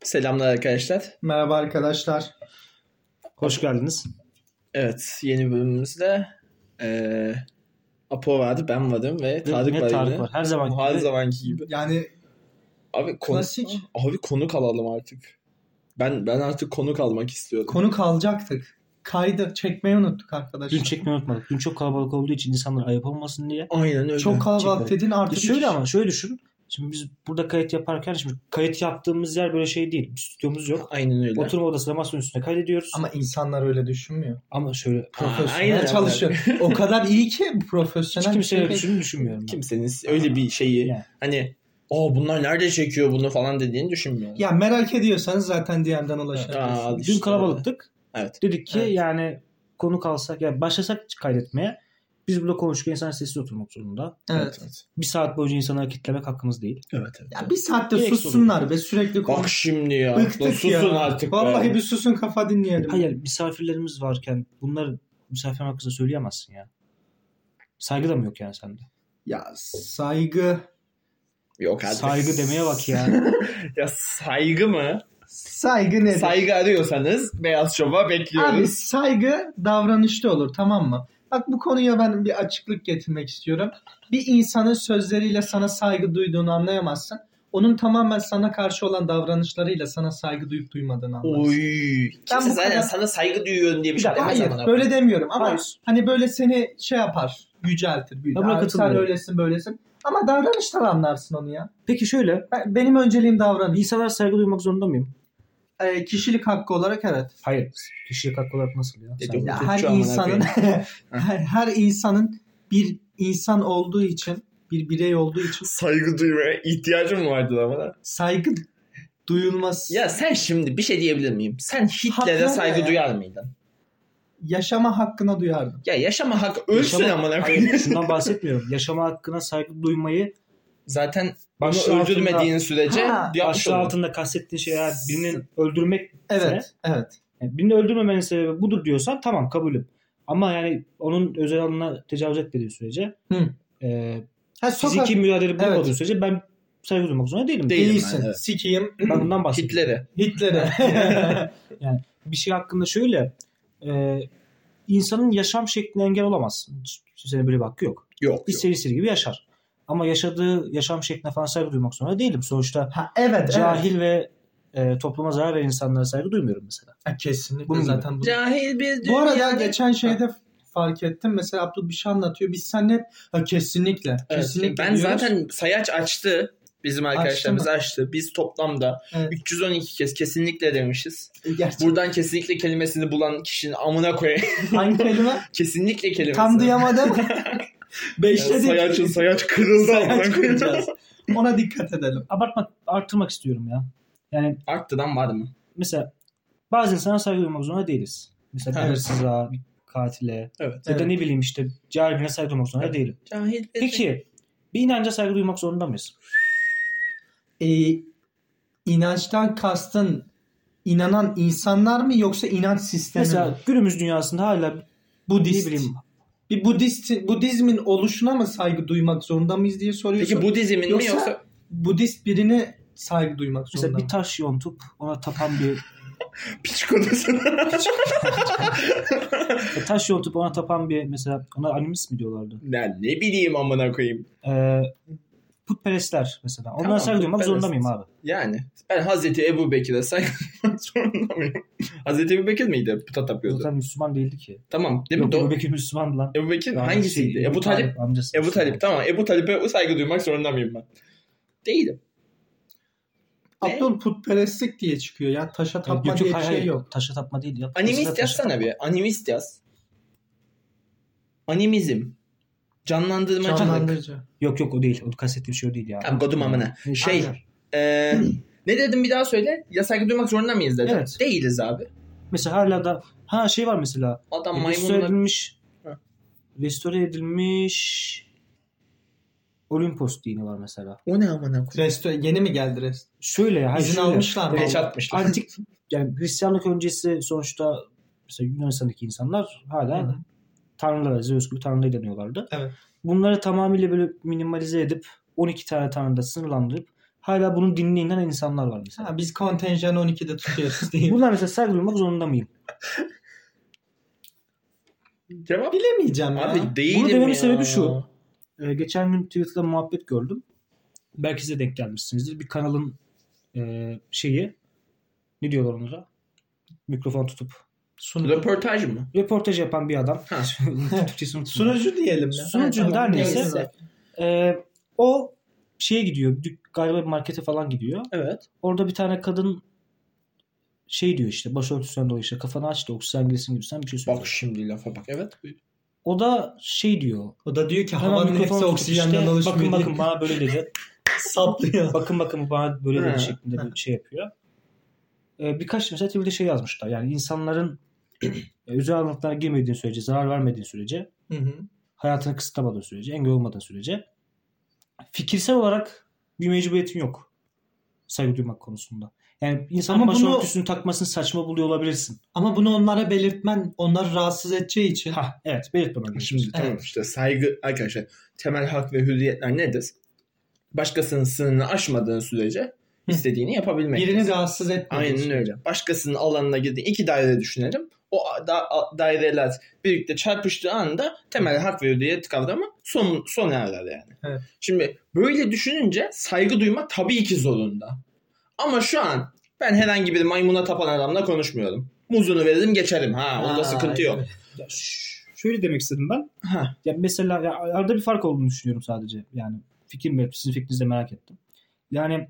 Selamlar arkadaşlar. Merhaba arkadaşlar. Hoş geldiniz. Evet, yeni bölümümüzde Apo vardı, ben varım ve Tarık var. Tarık var. Her zamanki gibi. Yani Abi klasik. Abi konuk alalım artık. Ben artık konuk almak istiyorum. Konuk alacaktık. Kaydı çekmeyi unuttuk arkadaşlar. Dün çekmeyi unutmadık. Dün çok kalabalık olduğu için insanlar ayıp olmasın diye. Aynen öyle. Çok kalabalık dedin artık. Şöyle düşün. Şimdi biz burada kayıt yaparken kayıt yaptığımız yer böyle şey değil. Bir stüdyomuz yok. Aynen öyle. Oturma odasında masanın üstüne kaydediyoruz. Ama insanlar öyle düşünmüyor. Ama şöyle Profesyonel çalışıyor. O kadar iyi ki profesyonel. Hiç kimse öyle düşünmüyorum. Kimsenin öyle bir şeyi yani. Hani bunlar nerede çekiyor bunu falan dediğini düşünmüyorum. Ya merak ediyorsanız zaten DM'den ulaşabilirsiniz. Dün kalabalıktık. Evet. Dedik ki yani konuk alsak ya başlasak kaydetmeye. Biz burada konuşurken insan sessiz oturmak zorunda. Evet. Bir saat boyunca insanları kitlemek hakkımız değil. Evet. Ya bir saatte sussunlar ve sürekli Bak şimdi ya. Bıktık susun ya. artık. Vallahi bir susun, kafa dinleyelim. Hayır, misafirlerimiz varken bunları misafir hakkında söyleyemezsin ya. Saygı da mı yok yani sende? Ya saygı. Yok hadi. Saygı demeye bak ya. Ya saygı mı? Saygı nedir? Saygı arıyorsanız Beyaz Şov'a bekliyoruz. Abi saygı davranışta olur, tamam mı? Bak bu konuya ben bir açıklık getirmek istiyorum. Bir insanın sözleriyle sana saygı duyduğunu anlayamazsın. Onun tamamen sana karşı olan davranışlarıyla sana saygı duyup duymadığını anlarsın. Oy. Kimse zaten sana saygı duyuyorum diye bir şey demez. Hayır, böyle demiyorum ama Hayır. hani böyle seni şey yapar, yüceltir. Abi sen öylesin böylesin. Ama davranıştan anlarsın onu ya. Peki şöyle. Benim önceliğim davranış. İnsanlar saygı duymak zorunda mıyım? Kişilik hakkı olarak evet. Hayır. Kişilik hakkı olarak nasıl ya? Ya her insanın bir insan olduğu için, bir birey olduğu için saygı duymaya ihtiyacım vardı ama. Saygı duyulması. Ya sen şimdi bir şey diyebilir miyim? Sen Hitler'e saygı duyar mıydın? Yaşama hakkına duyardım. Ya yaşama hakkı ölsün amına koyayım. Hayır, şundan bahsetmiyorum. Yaşama hakkına saygı duymayı zaten onu öldürmediğin sürece başlığı altında kastettiğin şey eğer birinin öldürmek evet. Yani birini öldürmemenin sebebi budur diyorsan tamam kabulüm. Ama yani onun özel alanına tecavüz etmediği sürece fiziki müdahale bulunmadığı sürece ben saygı duymak zorunda değilim. Değilsin. Evet. Sikiyim. Ben bundan bahsediyorum. Hitler'e. Yani bir şey hakkında şöyle insanın yaşam şekline engel olamazsın. Senin böyle bir hakkı yok. Yok. İstediği gibi yaşar. Ama yaşadığı yaşam şekline falan saygı duymak zorunda değilim. Sonuçta cahil ve topluma zarar veren insanlara saygı duymuyorum mesela. Kesinlikle. Bunun zaten bu. Cahil bir bu arada geçen şeyde fark ettim. Mesela Abdül bir şey anlatıyor. Biz seninle kesinlikle. Evet, kesinlikle ben diyoruz. zaten sayaç açtı. Bizim arkadaşlarımız açtı. Biz toplamda 312 kez kesinlikle demişiz. Gerçekten. Buradan kesinlikle kelimesini bulan kişinin amına koyayım. Hangi kelime? Kesinlikle kelimesi. Tam duyamadım. 5'te yani sayaç kırıldı amına koyayım. Ona dikkat edelim. Arttırmak istiyorum ya. Yani arttıdan var mı? Mesela bazı insana saygı duymak zorunda değiliz. Mesela bir hırsıza, bir katile ya da ne bileyim işte cahiline saygı duymak zorunda değilim. Peki bir inanca saygı duymak zorunda mıyız? İnançtan kastın inanan insanlar mı yoksa inanç sistemi mesela mi? günümüz dünyasında hala Budizmin oluşuna mı saygı duymak zorunda mıyız diye soruyorsun. Peki Budizmin mi yoksa Budist birine saygı duymak zorunda mesela bir taş yontup ona tapan bir piç konusuna taş yontup ona tapan bir mesela ona animist mi diyorlardı? Ne bileyim amına koyayım. Putperestler mesela. Onlara saygı duymak zorunda mıyım abi? Yani ben Hazreti Ebu Bekir'e saygı duymak zorunda mıyım? Hazreti Ebu Bekir miydi? Puta tapıyordu. Zaten Müslüman değildi ki. Tamam. Değil mi? Ebu Bekir Müslümandı lan. Ebu Bekir hangisiydi? Ebu Talip. Amcası. Ebu Talip tamam. Ebu Talip'e saygı duymak zorunda mıyım ben? Değilim. Abdül putperestlik diye çıkıyor ya. Taşa tapma diye bir şey yok. Taşa tapma değil ya. Animist yazsana bir. Animist yaz. Animizm. Canlandırıcı. Yok o değil. O kastettiğim şey o değil ya. Tamam godum amına. Ne dedim bir daha söyle. Ya saygı duymak zorunda mıyız dedim. Evet. Değiliz abi. Mesela hala da şey var mesela. Adam maymunla. Restore edilmiş Olimpos dini var mesela. O ne amına koyayım? Yeni mi geldi rest? Şöyle ya. İzin almışlar mı? Geç atmışlar. Antik yani Hristiyanlık öncesi sonuçta mesela Yunanistan'daki insanlar hala tanrılara, Zeus gibi tanrılara inanıyorlardı. Evet. Bunları tamamıyla böyle minimalize edip 12 tane tanrıda sınırlandırıp hala bunu dinleyen insanlar var mesela. Ha, biz kontenjan 12'de tutuyoruz diye. Bunlar mesela saygı duymak zorunda mıyım? Cevap bilemeyeceğim ya. Abi değilim bunu dememin ya. sebebi şu. Geçen gün Twitter'da muhabbet gördüm. Belki size denk gelmişsinizdir. Bir kanalın şeyi, ne diyorlar onlara? Mikrofon tutup Röportaj mı? röportaj yapan bir adam. Türkçesini Sunucu diyelim ya. Sunucu tamam, der neyse. O şeye gidiyor. Galiba bir markete falan gidiyor. Evet. Orada bir tane kadın şey diyor işte, başörtüsünden dolayı işte kafanı aç da oksijen girsin gibi sen bir şey söylüyor. Bak şimdi lafa bak. Evet. O da şey diyor. O da diyor ki Hemen havanın mikrofonu hepsi tutup oksijenden işte, oluşmuyor. bakın bana böyle dedi. Saplıyor. bakın bana böyle dedi Ha. şeklinde bir şey yapıyor. Birkaç mesela Twitter'da şey yazmışlar. Yani insanların özel alanlara girmediğin sürece, zarar vermediğin sürece, hayatını kısıtlamadığın sürece, engel olmadığın sürece fikirsel olarak bir mecburiyetin yok. Saygı duymak konusunda. Yani insanın başörtüsünü takmasını saçma buluyor olabilirsin. Ama bunu onlara belirtmen onları rahatsız edeceği için. Evet, belirtmem. Şimdi tamam işte saygı arkadaşlar, temel hak ve hürriyetler nedir? Başkasının sınırını aşmadığın sürece istediğini yapabilmek. Birini rahatsız etmediğin Aynen öyle. Başkasının alanına girdiğin 2 daire düşünelim. O daireler birlikte çarpıştığı anda temel hak ve hürriyet kavramı sona erer yani. Evet. Şimdi böyle düşününce saygı duymak tabii ki zorunda. Ama şu an ben herhangi bir maymuna tapan adamla konuşmuyorum. Muzunu veririm geçerim. Onda sıkıntı yok. Ya şöyle demek istedim ben. Ya mesela arada bir fark olduğunu düşünüyorum sadece. Yani sizin fikrinizi de merak ettim. Yani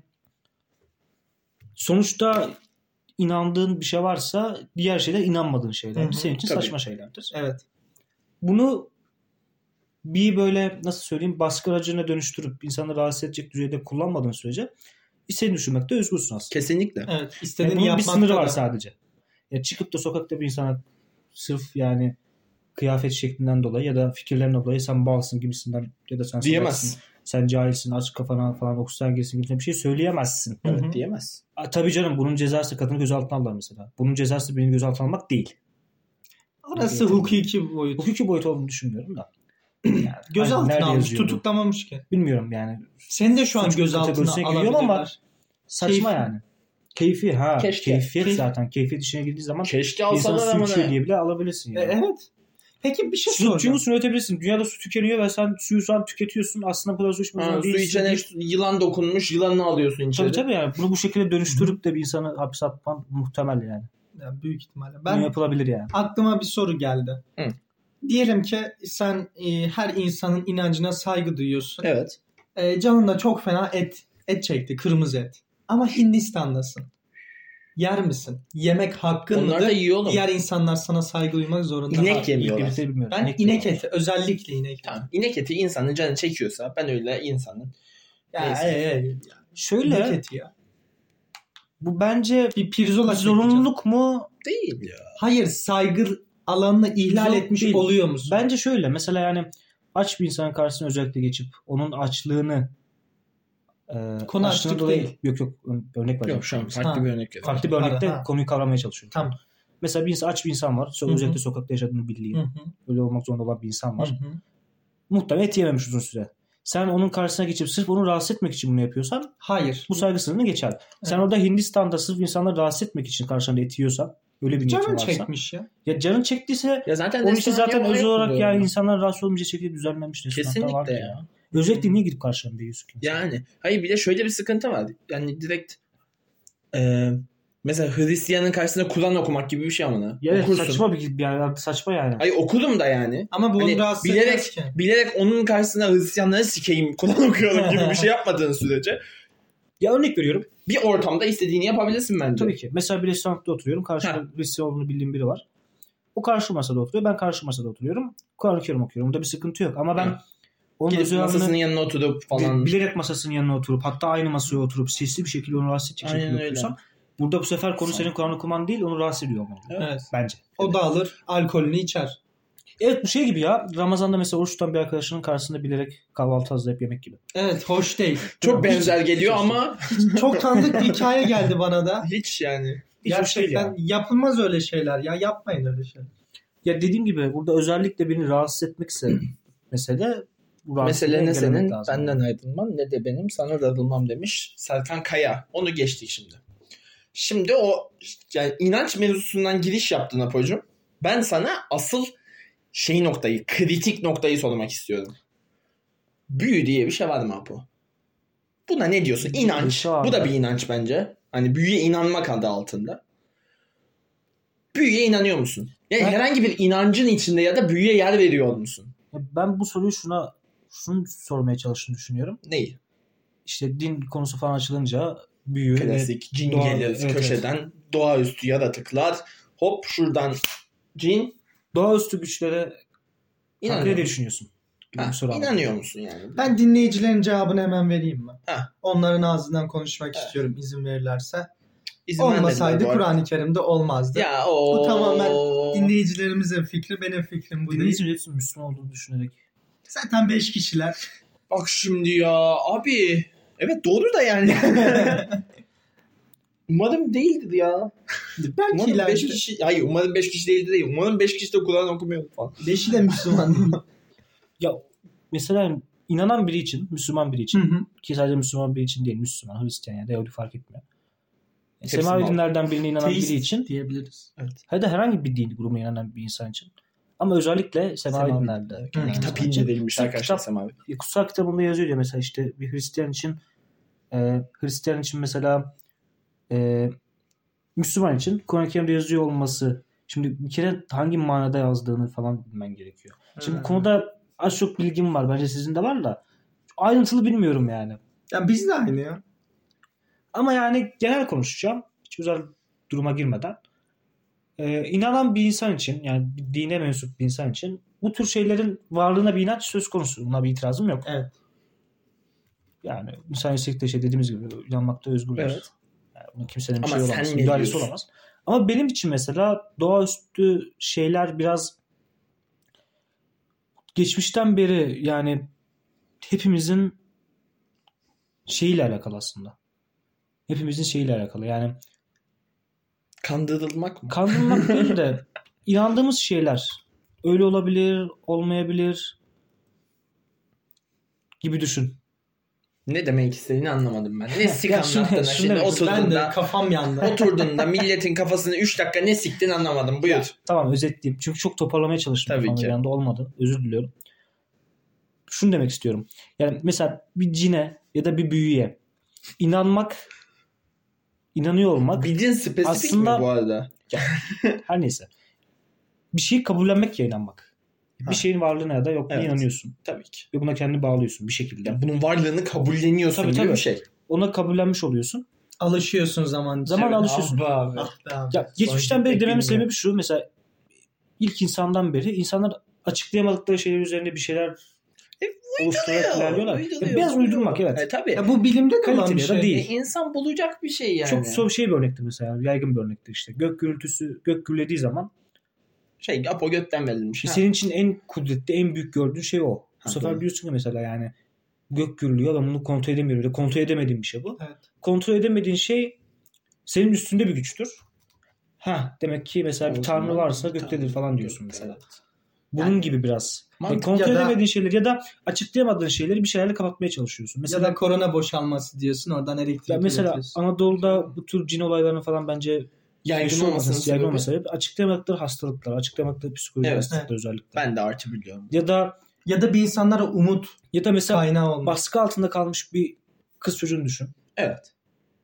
sonuçta inandığın bir şey varsa diğer şeyler inanmadığın şeyler. Senin için saçma şeylerdir. Evet. Bunu bir böyle nasıl söyleyeyim baskı aracına dönüştürüp insanı rahatsız edecek düzeyde kullanmadığın sürece istediğini düşünmekte özgürsün aslında. Kesinlikle. Evet. İstediğini bunun bir yapmakta sınırı var da. sadece. Ya çıkıp da sokakta bir insana sırf yani kıyafet şeklinden dolayı ya da fikirlerinden dolayı sen balsın gibisinden ya da sen Diyemez. Sen cahilsin, aç kafana falan oksijen girsin gibisinden bir şey söyleyemezsin. Evet, diyemez. Tabii canım bunun cezası kadını gözaltına alırlar mesela. Bunun cezası birini gözaltına almak değil. Orası hukuki boyut. Hukuki boyut olduğunu düşünmüyorum da. Yani, gözaltına almış, tutuklamamış ki. Bilmiyorum yani. Sen de şu an gözaltına alabilirler. Ama saçma yani. Keyfi keyfiyet zaten. Keyfiyet işine girdiği zaman keşke alsalar ama su diye bile alabilirsin. Yani. Evet. Peki bir şey soracağım. Suyunu üretebilirsin. Dünyada su tükeniyor ve sen suyu tüketiyorsun. Aslında bu kadar su içmiyorsun. Su içene yılan dokunmuş. Yılanını alıyorsun içeri. Tabii yani. Bunu bu şekilde dönüştürüp de bir insanı hapse atman muhtemel yani. Ya büyük ihtimalle. Bunu yapılabilir yani. Aklıma bir soru geldi. Hı. Diyelim ki sen her insanın inancına saygı duyuyorsun. Evet. Canın da çok fena et çekti. Kırmızı et. Ama Hindistan'dasın. Yer misin? Yemek hakkın onlar da yiyor oğlum. Diğer insanlar sana saygı duymak zorunda. İnek yemiyorlar. Ben inek eti. Özellikle inek eti. Tamam. İnek eti insanın canı çekiyorsa ben öyle insanın. Şöyle. İnek eti ya. Bu bence bir pirzola zorunluluk mu? Değil ya. Hayır, saygı alanını ihlal etmiş değil. Oluyor musun? Bence şöyle. Mesela yani aç bir insanın karşısına özellikle geçip onun açlığını konu açlık değil. Yok örnek var. Yok şu an farklı bir örnek. Farklı bir örnekte konuyu kavramaya çalışıyorum. Tamam. Mesela bir insan aç bir insan var. Özellikle sokakta yaşadığını bildiğin. Öyle olmak zorunda olan bir insan var. Muhtemelen et yememiş uzun süre. Sen onun karşısına geçip sırf onu rahatsız etmek için bunu yapıyorsan hayır. Bu saygı sınırını geçer. Evet. Sen orada Hindistan'da sırf insanları rahatsız etmek için karşında et yiyorsan öyle bir niyetin varsa. Canın çekmiş ya. Ya canın çektiyse ya zaten onun için zaten özel olarak yani insanlar rahatsız olmayacak şekilde düzenlenmiş. Kesinlikle ya. Özellikle niye gidip karşına diyorsun ki? Yani hayır bir de şöyle bir sıkıntı var. Yani direkt mesela Hristiyanın karşısında Kur'an okumak gibi bir şey ama. Ya evet, saçma yani. Hayır okudum da yani. Ama bu hani rahatsız bilerek onun karşısında Hristiyanları sikeyim Kur'an okuyorum gibi bir şey yapmadığın sürece. Ya örnek veriyorum. Bir ortamda istediğini yapabilirsin bence. Tabii ki. Mesela bir restoranda oturuyorum. Karşımda Hristiyan olduğunu bildiğim biri var. O karşı masada oturuyor. Ben karşı masada oturuyorum. Kur'an okuyorum. Bunda bir sıkıntı yok. Ama ben onun masasının yanına oturup falan. Bilerek masasının yanına oturup hatta aynı masaya oturup sesli bir şekilde onu rahatsız edecek şekilde okuyorsam burada bu sefer konu senin Kur'an okuman değil onu rahatsız ediyor olmalı. Evet. Bence. O da alır alkolünü içer. Evet bu şey gibi ya. Ramazan'da mesela oruç tutan bir arkadaşının karşısında bilerek kahvaltı hazırlayıp yemek gibi. Evet hoş değil. Çok benzer geliyor ama. Çok tanıdık bir hikaye geldi bana da. Hiç yani. Gerçekten yapılmaz öyle şeyler ya. Yapmayın öyle şeyler. Ya dediğim gibi burada özellikle beni rahatsız etmekse mesele bu Mesele ne engellemek senin lazım. benden ayrılman ne de benim sana darılmam demiş Serkan Kaya. Onu geçtik şimdi. Şimdi o yani inanç mevzusundan giriş yaptın Apo'cum. Ben sana asıl kritik noktayı sormak istiyorum. Büyü diye bir şey var mı Apo? Buna ne diyorsun? İnanç. Bu da bir inanç bence. Hani büyüye inanmak adı altında. Büyüye inanıyor musun? Yani herhangi bir inancın içinde ya da büyüye yer veriyor musun? Ben bu soruyu şunu sormaya çalıştığını düşünüyorum. Neyi? İşte din konusu falan açılınca büyü Klasik cin gelir köşeden doğaüstü yaratıklar hop şuradan cin. Doğaüstü güçlere ne düşünüyorsun? İnanıyor musun yani? Ben dinleyicilerin cevabını hemen vereyim mi? Ha. Onların ağzından konuşmak istiyorum izin verirlerse. İzin olmasaydı Kur'an-ı Kerim'de olmazdı. Ya bu tamamen dinleyicilerimizin fikri, benim fikrim bu değil. Dinleyicilerin Müslüman olduğunu düşünerek. Zaten 5 kişiler. Bak şimdi ya abi. Evet doğru da yani. Umarım değildir ya. Belki umarım ileride. 5 kişi. Hayır umarım 5 kişi değildir değil. Umarım 5 kişi de Kur'an okumuyor falan. 5'i de Müslüman. Ya mesela inanan biri için, Müslüman biri için ki sadece Müslüman biri için değil, Müslüman, Hristiyan ya da Yahudi fark etmiyor. Semavi dinlerden birine inanan biri için diyebiliriz. Evet. Ya da herhangi bir din grubuna inanan bir insan için. Ama özellikle semavi dinlerde. Kitap indirilmiş arkadaşlar semavi. Kutsal kitabında yazıyor ya mesela işte bir Hristiyan için mesela Müslüman için Kur'an-ı Kerim'de yazıyor olması, şimdi bir kere hangi manada yazdığını falan bilmen gerekiyor. Şimdi bu konuda az çok bilgim var. Bence sizin de var da ayrıntılı bilmiyorum yani. Ya biz de aynı ya. Ama yani genel konuşacağım. Hiç özel duruma girmeden. İnanan bir insan için, yani bir dine mensup bir insan için bu tür şeylerin varlığına bir inanç söz konusu. Buna bir itirazım yok. Evet. Yani insan istekte dediğimiz gibi inanmakta özgürler. Evet. Yani buna kimsenin bir ama şey olamaz. Sen müdahalesi olamaz. Ama benim için mesela doğaüstü şeyler biraz geçmişten beri yani hepimizin şeyiyle alakalı aslında. Hepimizin şeyiyle alakalı. Yani kandırılmak mı? Kandırılmak değil de inandığımız şeyler öyle olabilir, olmayabilir gibi düşün. Ne demek istediğini anlamadım ben. Ne sik anlattın şimdi ben de kafam yandı. Oturduğunda milletin kafasını 3 dakika ne siktin anlamadım. Buyur. Tamam özetleyeyim. Çünkü çok toparlamaya çalıştım. Tabii ki. Yanında olmadı. Özür diliyorum. Şunu demek istiyorum. Yani mesela bir cine ya da bir büyüye inanıyor olmak. Bir din spesifik aslında, mi bu arada? Her neyse. Bir şeyi kabullenmek ya inanmak. Bir şeyin varlığına ya da yokluğuna inanıyorsun. Tabii ki. Ve buna kendini bağlıyorsun bir şekilde. Yani bunun varlığını kabulleniyorsun gibi bir şey. Ona kabullenmiş oluyorsun. Alışıyorsun zaman alışıyorsun. Abi. Ya, geçmişten beri dememin sebebi şu. Mesela ilk insandan beri insanlar açıklayamadıkları şeyler üzerinde bir şeyler oluşturarak ilerliyorlar. Biraz uydurmak evet. Tabii. Ya bu bilimde de olan bir şey. Değil. İnsan bulacak bir şey yani. Çok bir örnektir mesela. Yaygın bir örnektir işte. Gök gürlediği zaman Apo gökten verilmiş. Senin için en kudretli, en büyük gördüğün şey o. Bu sefer biliyorsun ki mesela yani gök gürlüyor. Ben bunu kontrol edemiyorum. Kontrol edemediğim bir şey bu. Evet. Kontrol edemediğin şey senin üstünde bir güçtür. Demek ki mesela bir tanrı varsa göktedir falan diyorsun mesela. Bunun gibi biraz. Kontrol edemediğin şeyleri ya da açıklayamadığın şeyleri bir şeylerle kapatmaya çalışıyorsun. Mesela, ya da korona boşalması diyorsun. Oradan elektrik mesela Anadolu'da bu tür cin olaylarını falan bence yaygın olmasının açıklayamadıkları hastalıklar, açıklayamadıkları psikolojik hastalıklar özellikle. Ben de artı biliyorum. Ya da bir insanlara umut ya da mesela kaynağı olmak. Baskı altında kalmış bir kız çocuğunu düşün. Evet.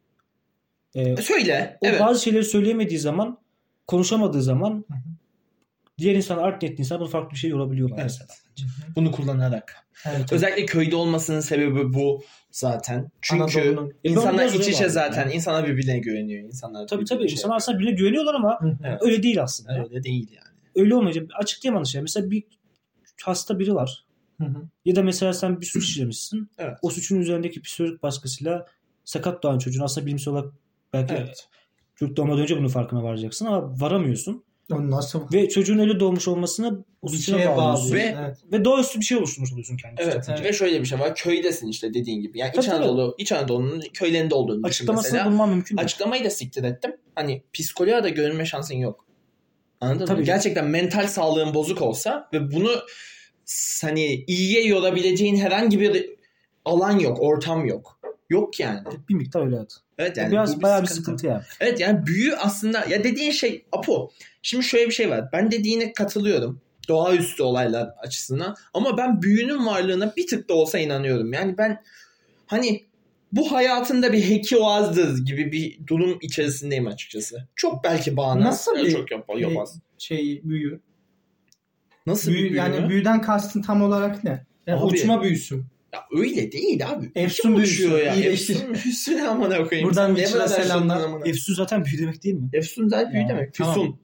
Söyle. O bazı şeyleri söyleyemediği zaman, konuşamadığı zaman diğer insan art niyetli insan bunu farklı bir şey yorabiliyorlar mesela. Bunu kullanarak. Evet. Özellikle köyde olmasının sebebi bu zaten. Çünkü insanlar iç içe zaten. Yani. İnsanlar birbirine güveniyor. İnsanlar tabii. İnsanlar aslında birbirine güveniyorlar ama öyle değil aslında. Öyle değil yani. Öyle olmayınca açıklayamadığı şey. Mesela bir hasta biri var. Ya da mesela sen bir suç işlemişsin. Evet. O suçun üzerindeki psikolojik baskısıyla sakat doğan çocuğun aslında bilimsel olarak belki çocuk doğmadan önce bunun farkına varacaksın ama varamıyorsun. Nasıl? Ve çocuğun öyle doğmuş olmasını o suçuna bağlıyorsun. Ve doğaüstü bir şey oluşturmuş oluyorsun kendisi. Evet. Ve şöyle bir şey var. Köydesin işte dediğin gibi. Yani İç Anadolu'nun köylerinde olduğunu düşün mesela. Açıklamasını bulman mümkün değil. Açıklamayı da siktir ettim. Hani psikoloğa da görünme şansın yok. Anladın mı? Gerçekten mental sağlığın bozuk olsa ve bunu hani iyiye yorabileceğin herhangi bir alan yok, ortam yok. Yok yani. Bir miktar öyle evet. Evet yani biraz bayağı bir sıkıntı yani. Evet yani büyü aslında ya dediğin şey Apo. Şimdi şöyle bir şey var. Ben dediğine katılıyorum. Doğaüstü olaylar açısından. Ama ben büyünün varlığına bir tık da olsa inanıyorum. Yani ben hani bu hayatında bir heki oazdır gibi bir durum içerisindeyim açıkçası. Çok belki bağnaz. Nasıl bir çok yapmaz. Büyü? Nasıl bir büyü yani mü? büyüden kastın tam olarak ne? Yani Abi, uçma büyüsü. Ya öyle değil abi. Efsun büyüsü. Ya. İyileştir. Efsun büyüsü ne amına koyayım. Buradan bir Witcher'a selamlar. Efsun zaten büyü demek değil mi? Efsun zaten büyü demek. Füsun. Tamam.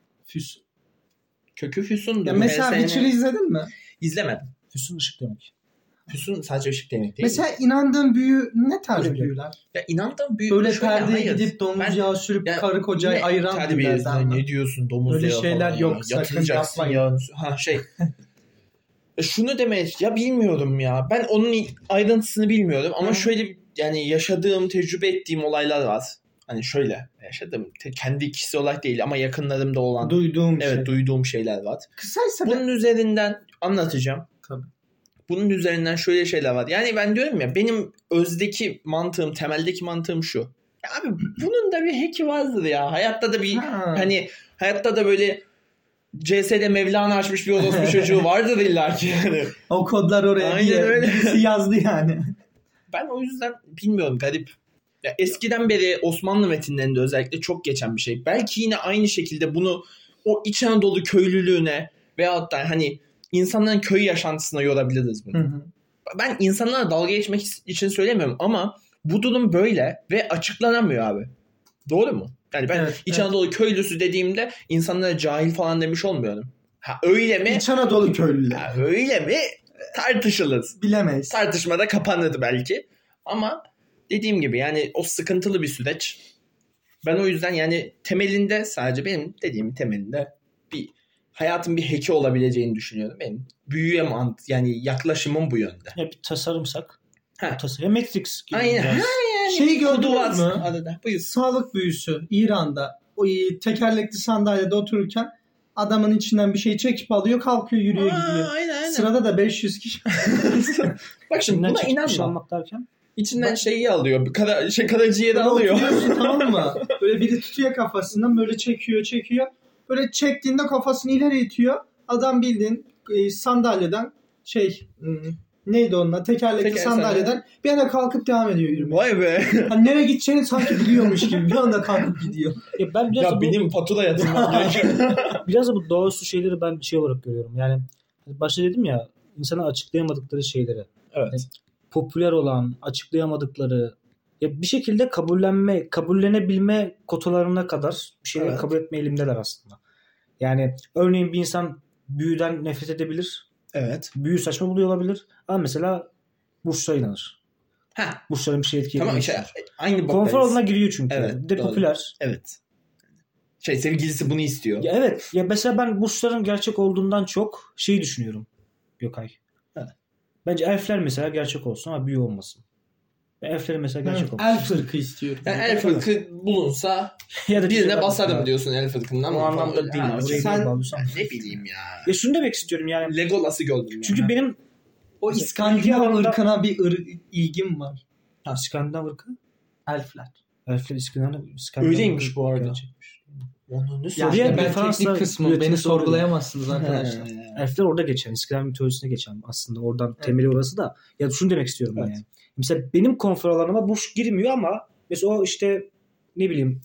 Kökü füsundur. Ya mesela Witcher'ı izledin mi? İzlemedim. Füsun ışık demek. Füsun sadece ışık demek değil mesela inandığın büyü ne tarz Öyle büyüler? Ya inandığım büyü Böyle şöyle, perdeye hayır. gidip domuz yağı sürüp yani karı kocayı yine ayıran büyülerden terbiyesiz. mi? Ne diyorsun domuz Öyle yağı şeyler falan yok, ya. sakın Yatıracaksın yapmayın. yağını. Ha şey. Şunu demeye ya bilmiyorum ya. Ben onun ayrıntısını bilmiyorum ama şöyle yani yaşadığım, tecrübe ettiğim olaylar var. Hani şöyle yaşadım. Kendi kişisel olarak değil ama yakınlarımda olan. Duyduğum şeyler var. Kısaysa bunun üzerinden anlatacağım. Tabii. Bunun üzerinden şöyle şeyler var. Yani ben diyorum ya benim özdeki mantığım, temeldeki mantığım şu. Ya abi bunun da bir heki vardır ya. Hayatta da bir hani hayatta da böyle CS'de Mevlana açmış bir orospu çocuğu vardır illaki yani. O kodlar oraya birisi yazdı yani. Ben o yüzden bilmiyorum garip. Ya eskiden beri Osmanlı metinlerinde özellikle çok geçen bir şey. Belki yine aynı şekilde bunu o İç Anadolu köylülüğüne veyahut da hani insanların köy yaşantısına yorabiliriz bunu. Hı. Ben insanlara dalga geçmek için söylemiyorum ama bu durum böyle ve açıklanamıyor abi. Doğru mu? Yani ben İç Anadolu köylüsü dediğimde insanlara cahil falan demiş olmuyorum. Ha öyle mi? İç Anadolu köylüler. Ha, öyle mi? Tartışılır. Bilemeyiz. Tartışmada kapanırdı belki. Ama dediğim gibi yani o sıkıntılı bir süreç. Ben o yüzden yani temelinde sadece benim dediğim temelinde bir hayatın bir heki olabileceğini düşünüyorum. Benim büyüye yani yaklaşımım bu yönde. Ya bir tasarımsak. Ha. Ya Matrix gibi. Aynen. Ha yani. Şeyi gördünüz mü? Arada. Buyur. Sağlık büyüsü İran'da. O tekerlekli sandalyede otururken adamın içinden bir şey çekip alıyor, kalkıyor, yürüyor, gidiyor. Aynen. Sırada da 500 kişi. Bak şimdi buna inanma. Almak derken? İçinden şeyi alıyor. Karaciğeri alıyor. Tamam mı? Böyle biri tutuyor kafasından, böyle çekiyor. Böyle çektiğinde kafasını ileri itiyor. Adam bildiğin sandalyeden neydi onunla? Tekerlekli sandalyeden bir anda kalkıp devam ediyor yürümeye. Vay be. Hani nereye gideceğini sanki biliyormuş gibi bir anda kalkıp gidiyor. Ben biraz benim fatura yatırmam gerekiyor. Biraz da bu doğaüstü şeyleri ben şey olarak görüyorum. Yani başta dedim ya insana açıklayamadıkları şeyleri. Evet. Yani, popüler olan, açıklayamadıkları ya bir şekilde kabullenebilme kotalarına kadar bir şeyleri kabul etme eğilimdeler aslında. Yani örneğin bir insan büyüden nefret edebilir. Evet. Büyü saçma buluyor olabilir. Ama mesela burçlara inanır. Burçların bir şey etkilediğini. Tamam işte aynı konfor alanına giriyor çünkü. Evet, bir de popüler. Evet. Sevgilisi bunu istiyor. Ya evet. Ya mesela ben burçların gerçek olduğundan çok şeyi düşünüyorum Gökay. Evet. Bence elfler mesela gerçek olsun ama büyü olmasın. Elflerin mesela gerçek olmasın. Elf ırkı istiyorum. Yani elf ırkı bulunsa ya da birine basarım diyorsun elf ırkından. O anlamda değil. Sen ne bileyim ya. Ya şunu demek istiyorum yani. Legolas'ı gördüm. Çünkü benim o İskandinav ırkına bir ilgim var. İskandinav ırkı? Elfler. Elfler İskandinav. Öyleymiş bu arada. Gerçekmiş. Yani ben teknik kısmı beni sorgulayamazsınız arkadaşlar. Elfler orada geçen. İskandinav mitolojisine geçen aslında. Oradan temeli orası da. Ya şunu demek istiyorum ben yani. Mesela benim konfor alanıma burç girmiyor ama mesela o işte ne bileyim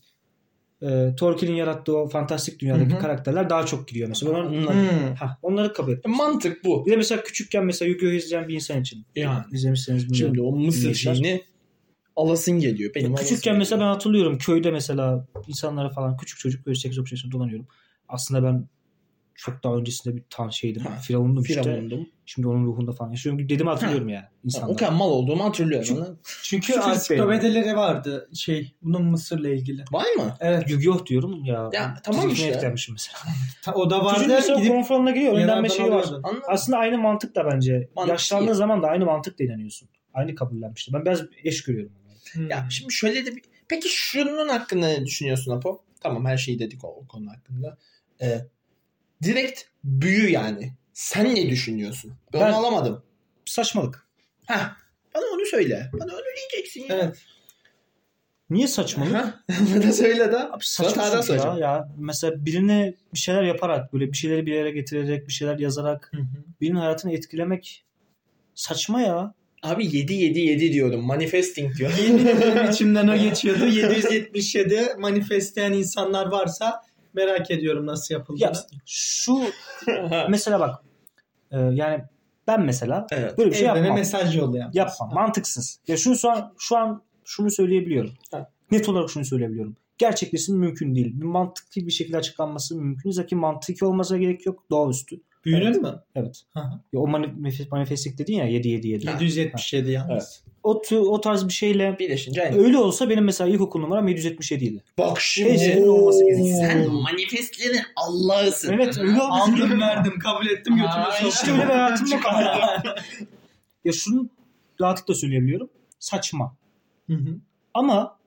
Tolkien'in yarattığı o fantastik dünyadaki karakterler daha çok giriyor mesela. Onları kabul ettim. Mantık bu. Bir de mesela küçükken mesela Yu-Gi-Oh! İzleyen bir insan için. Yani. İzlemişseniz bunu. Şimdi o Mısır şeyini alasın geliyor. Benim küçükken mesela ben hatırlıyorum köyde mesela insanlara falan küçük çocuk böyle 8-9 yaşında dolanıyorum. Aslında ben çok daha öncesinde bir şeydim. Firavundum işte. Şimdi onun ruhunda falan yaşıyorum. Dediğimi hatırlıyorum yani. O kadar mal olduğumu hatırlıyorum. Çünkü ansiklopedileri vardı bunun Mısır'la ilgili. Var mı? Evet. Yu-Gi-Oh! Diyorum ya. Tamam işte. Eklenmişim mesela. O da vardı. Çocuk mesela konforuna giriyor. Önden şey var. Anladım. Aslında aynı mantık da bence. Yaşlandığın zaman da aynı mantıkla inanıyorsun. Aynı kabullenmiştim. Ben biraz eş görüyorum. Ya şimdi şöyle de peki şunun hakkında ne düşünüyorsun Apo? Tamam her şeyi dedik o konu hakkında. Direkt büyü yani. Sen ne düşünüyorsun? Ben Ben- onu alamadım. Saçmalık. Heh, bana onu söyle. Bana onu diyeceksin ya. Evet. Niye saçmalık? Ha? Bana söyle de. Abi saçma Hatadan çünkü ya. soracağım. Ya mesela birine bir şeyler yaparak, böyle bir şeyleri bir yere getirerek, bir şeyler yazarak birinin hayatını etkilemek saçma ya. Abi 7 diyorum. Manifesting diyor. Yemin ederim içimden o geçiyordu. 777 manifestleyen insanlar varsa merak ediyorum nasıl yapıldığını. Ya şu mesela bak yani ben mesela Evet. böyle bir şey Evrene yapmam. mesaj yollayan. Yapmam. Mantıksız. Ya şu an şunu söyleyebiliyorum. Ha. Net olarak şunu söyleyebiliyorum. Gerçekleşmesi mümkün değil. Bir mantıklı bir şekilde açıklanması mümkün. Zaten mantıki olmasına gerek yok. Doğaüstü. Büyünün mü? Evet. Hı hı. Ya o manifestik dedin ya 7. 777 yalnız. Evet. O tarz bir şeyle Birleşince aynı. öyle olsa benim mesela ilkokul numaram 777 idi. Bak şimdi. Hepsinin olması gerekiyor. Sen manifestlerin Allah'ısın. Evet öyle olması gerekiyor. Aldım verdim kabul ettim götüme Aa, soktum. İşte öyle bir hayatım yok ama. Ya şunu rahatlıkla söyleyebiliyorum. Saçma. Hı hı. Ama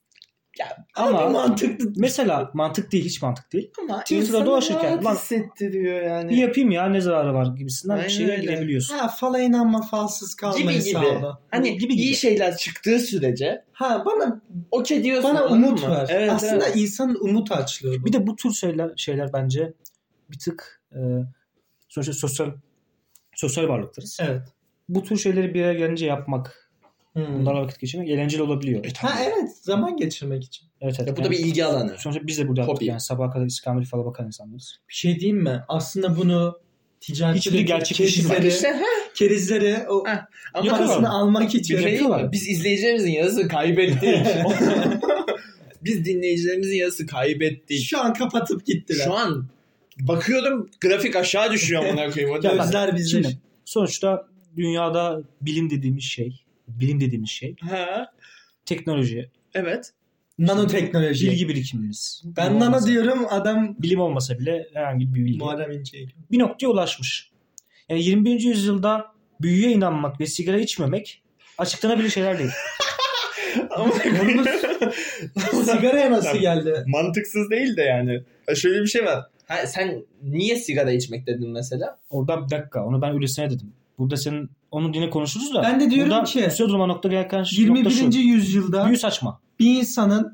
Ama ama mantıklı. mesela mantık değil, hiç mantık değil. Ama Twitter'da insanı dolaşırken, rahat lan- hissettiriyor yani. Bir yapayım ya ne zararı var gibisinden bir Aynen şeye öyle. girebiliyorsun. Ha fala inanma falsız kalmayı Gibi. sağla. Hani Gibi. iyi şeyler çıktığı sürece Ha okey diyorsun. bana anladın umut mı? ver. Evet, Aslında evet. insanın umut açlığı bu. Bir de bu tür şeyler bence bir tık sonuçta sosyal varlıklarız. Evet. Bu tür şeyleri bir araya gelince yapmak, Hmm. bunlarla vakit geçirmek eğlenceli olabiliyor. Ha evet zaman geçirmek için. Evet. Ya bu da Yani bir ilgi alanı. sonuçta biz de burada yaptık Hobi. yani sabaha kadar İskambil falan bakan insanlarız. Bir şey diyeyim mi? Aslında bunu ticarette Hiçbiri gerçekleşmedi. kerizleri, İşte kerizleri o Ha, ama parasını almak için. bir şey değil mi? yapıyorlar. Biz izleyicilerimizin yarısı kaybettik. Biz dinleyicilerimizin yarısı kaybettik. Şu an kapatıp gittiler. Şu an bakıyorum grafik aşağı düşüyor amına koyayım. O da- Gözler bizde. Şimdi sonuçta dünyada bilim dediğimiz şey Ha, teknoloji, evet. Nanoteknoloji. bilgi birikimimiz. Ben Bilim nano olmasa- diyorum adam Bilim olmasa bile herhangi bir bilgi. Muharrem İnce'ye. Bir noktaya ulaşmış. Yani 21. yüzyılda büyüye inanmak ve sigara içmemek açıklanabilir şeyler değil. Ama Sigaraya nasıl geldi? mantıksız değil de yani. Şöyle bir şey var. Ha, sen niye sigara içmek dedin mesela? Orada bir dakika onu ben öylesine dedim. Burada senin onu yine konuşuruz da. Ben de diyorum burada ki, üstüne durma nokta gelirken nokta 21. şu. yüzyılda Büyü saçma. bir insanın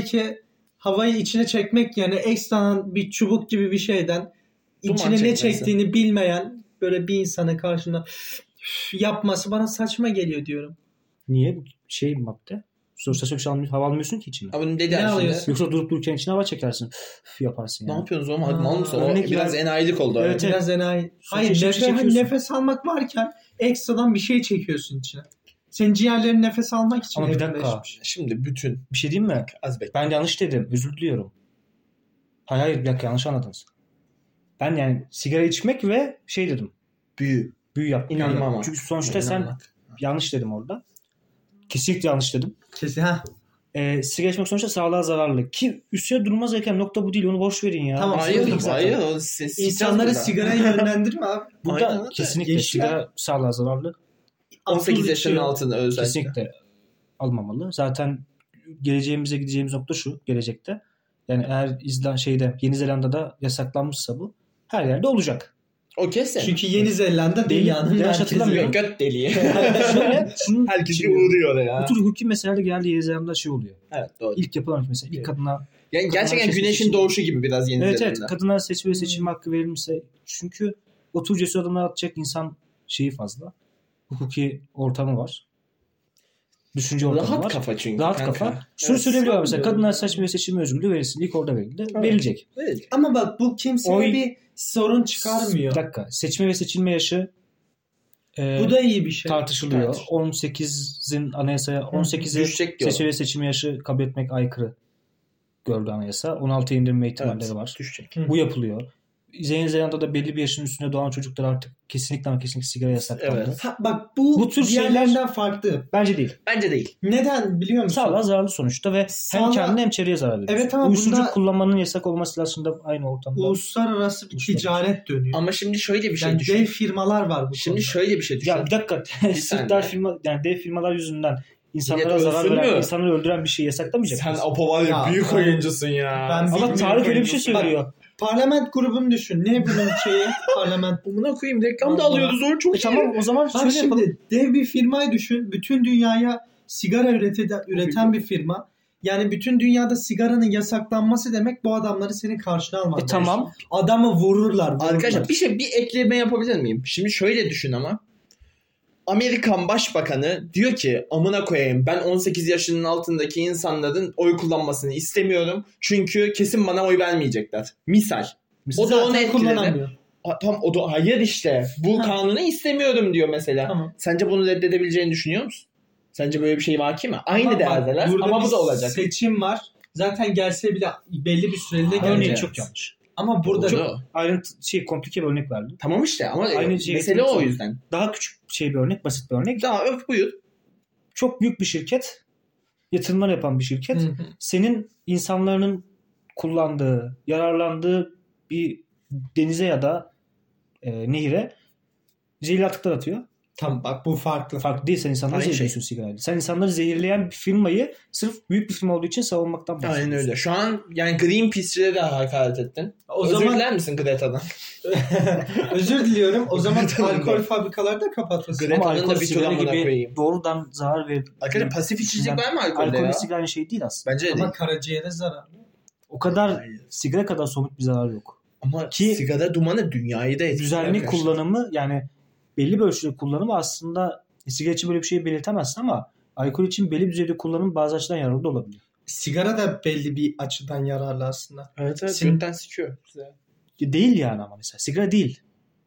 havayı içine çekmek yerine ekstradan bir çubuk gibi bir şeyden Duman içine ne çekmesi. çektiğini bilmeyen böyle bir insanın karşında yapması bana saçma geliyor diyorum. Niye? Şey madde. Sonuçta çok şey hava almıyorsun ki içine. Ama bunu dedi Ne aslında. alıyorsun? Yoksa durup dururken içine hava çekersin. Üf, yaparsın Ne yani. yapıyorsunuz oğlum? Aa, Mal mısın? O örnek biraz ver. enayilik oldu. Evet, öyle. Biraz enayi. Hayır Sonuçta şey çekiyorsun. nefes almak varken ekstradan bir şey çekiyorsun içine. Senin ciğerlerin nefes almak için Ama bir dakika. evrimleşmiş. Şimdi bütün Bir şey diyeyim mi? az bekle. Ben yanlış dedim. Özür diliyorum. Hayır bir dakika yanlış anladınız. Ben yani sigara içmek ve şey dedim. Büyü. Büyü yapmak. İnanmama. Çünkü sonuçta sen İnanmak. yanlış dedim orada. Kesinlikle yanlış dedim. Kesin ha. Sigara içmek sonuçta sağlığa zararlı. Ki üstüne durulmaz gereken nokta bu değil. Onu boş verin ya. Tamam, Hayır, Hayır, hayır. O ses, İnsanları sigaraya yönlendirme abi. Burada Aynen öyle. kesinlikle Gençler- sigara sağlığa zararlı. 18 Akıl yaşının içiyor. altında özellikle. Kesinlikle almamalı. Zaten gideceğimiz nokta şu gelecekte. Yani eğer Yeni Zelanda'da yasaklanmışsa bu her yerde olacak. O kesin. Çünkü Yeni Zelanda Değil, dünyanın yanlış merkezi. hatırlamıyorum. göt deliği. Şöyle şunun Herkesi için- uğruyor ya. Bu tür hukuki meselelerde genelde Yeni Zelanda'da şey oluyor. Evet doğru. İlk yapılan mesela ilk Evet. kadına Yani gerçekten Kadınlar güneşin seçim- doğuşu gibi biraz Yeni evet Zelanda. kadınlar seçme ve seçilme hakkı verilmişse çünkü o tür cesur adımlar atacak insan şeyi fazla. Hukuki ortamı var. Düşünce ortamı Rahat var. kafa çünkü. Rahat kanka. kafa. Şunu Evet, söyleyebiliyorlar mesela sanmıyorum. kadınlar seçme ve seçilme özgürlüğü verilsin. İlk orada verildi. Evet. Verilecek. Evet. Ama bak bu kimseye Oy- bir sorun çıkarmıyor. Bir dakika. Seçme ve seçilme yaşı Bu da iyi bir şey. tartışılıyor. Tartış- 18'in anayasaya 18'i Düşecek diyor. seçme ve seçilme yaşı kabul etmek ayrı gördü anayasa. 16'ya indirme ihtimalleri Evet, var. düşecek. Hı. Bu yapılıyor. Yeni Zelanda'da belli bir yaşın üstünde doğan çocuklar artık kesinlikle ama kesinlikle sigara yasaklandı. Evet. Ha, bak bu Bu tür diğerlerinden farklı. Bence değil. Bence değil. Neden biliyor musun? Sağlığa zararlı sonuçta ve hem Sağlığa- kendine hem çevreye zarar veriyor. Evet ama uyuşturucu bunda- kullanmanın yasak olması aslında aynı ortamda. Uluslararası bir Uluslararası. ticaret dönüyor. Ama şimdi şöyle bir şey yani düşün. dev firmalar var bu Şimdi konuda. şöyle bir şey düşün. Ya bir dakika. saniye. Yani dev firmalar yüzünden insanlara Millet zarar ölsün veren, mü? insanları öldüren bir şey yasaklamayacak Sen mısın? Apo var ya Ya, büyük ben- oyuncusun ya. ben Ama bilmiyorum Tarık öyle bir şey oyuncusu. Bak, söylüyor. Parlament grubunu düşün. Ne bunun şeyi? Parlament. Buna koyayım reklam da alıyoruz onu çok iyi. Tamam o zaman Bak şöyle şimdi yapalım. dev bir firmayı düşün. Bütün dünyaya sigara üreten bir firma. Yani bütün dünyada sigaranın yasaklanması demek bu adamları senin karşına alman. Tamam. Adamı vururlar. Arkadaşlar bir ekleme yapabilir miyim? Şimdi şöyle düşün ama. Amerikan Başbakanı diyor ki amına koyayım ben 18 yaşının altındaki insanların oy kullanmasını istemiyorum. Çünkü kesin bana oy vermeyecekler. Misal. O da onu etkiledi. Tam o da hayır işte. Bu kanunu istemiyorum diyor mesela. Tamam. Sence bunu reddedebileceğini düşünüyor musun? Sence böyle bir şey var ki mi? Aynı değerdeler ama bu da olacak. Seçim var. Zaten gelse bile belli bir süreliğine Örneğin gelecek. çok yanlış. Ama burada Doğru. Ayrıntı komplike bir örnek verdim. Tamam işte ama Aynı mesele o yüzden. Daha küçük bir örnek, basit bir örnek. Daha buyur. Çok büyük bir şirket, yatırımlar yapan bir şirket, senin insanların kullandığı, yararlandığı bir denize ya da nehire zehirli atıklar atıyor. Tamam bak bu farklı. Farklı değil, sen insanları zehirliyorsun sigarayla. Sen insanları zehirleyen bir firmayı sırf büyük bir firma olduğu için savunmaktan bahsediyorsun. Aynen öyle. Şu an yani Greenpeace'lere de hakaret ettin. Özür diler misin Greta'dan? Özür diliyorum. O zaman alkol fabrikaları da kapatılsın. Ama Greta'nın alkol da bir sigara tutamına gibi koyayım. doğrudan zarar ve... Arkadaşlar pasif içecek var mı alkolde ya? Alkol sigara aynı şey değil aslında. Bence de Ama değil. karaciğere zararlı. O kadar sigara kadar somut bir zarar yok. Ama Ki sigara dumanı dünyayı da etkiliyor. düzenli kullanımı, yani belli bir ölçüde kullanımı aslında sigara için böyle bir şey belirtemezsin ama alkol için belli bir düzeyde kullanım bazı açıdan yararlı da olabilir. Sigara da belli bir açıdan yararlı aslında. Evet. Gökten sikiyor. Değil yani ama mesela. Sigara değil.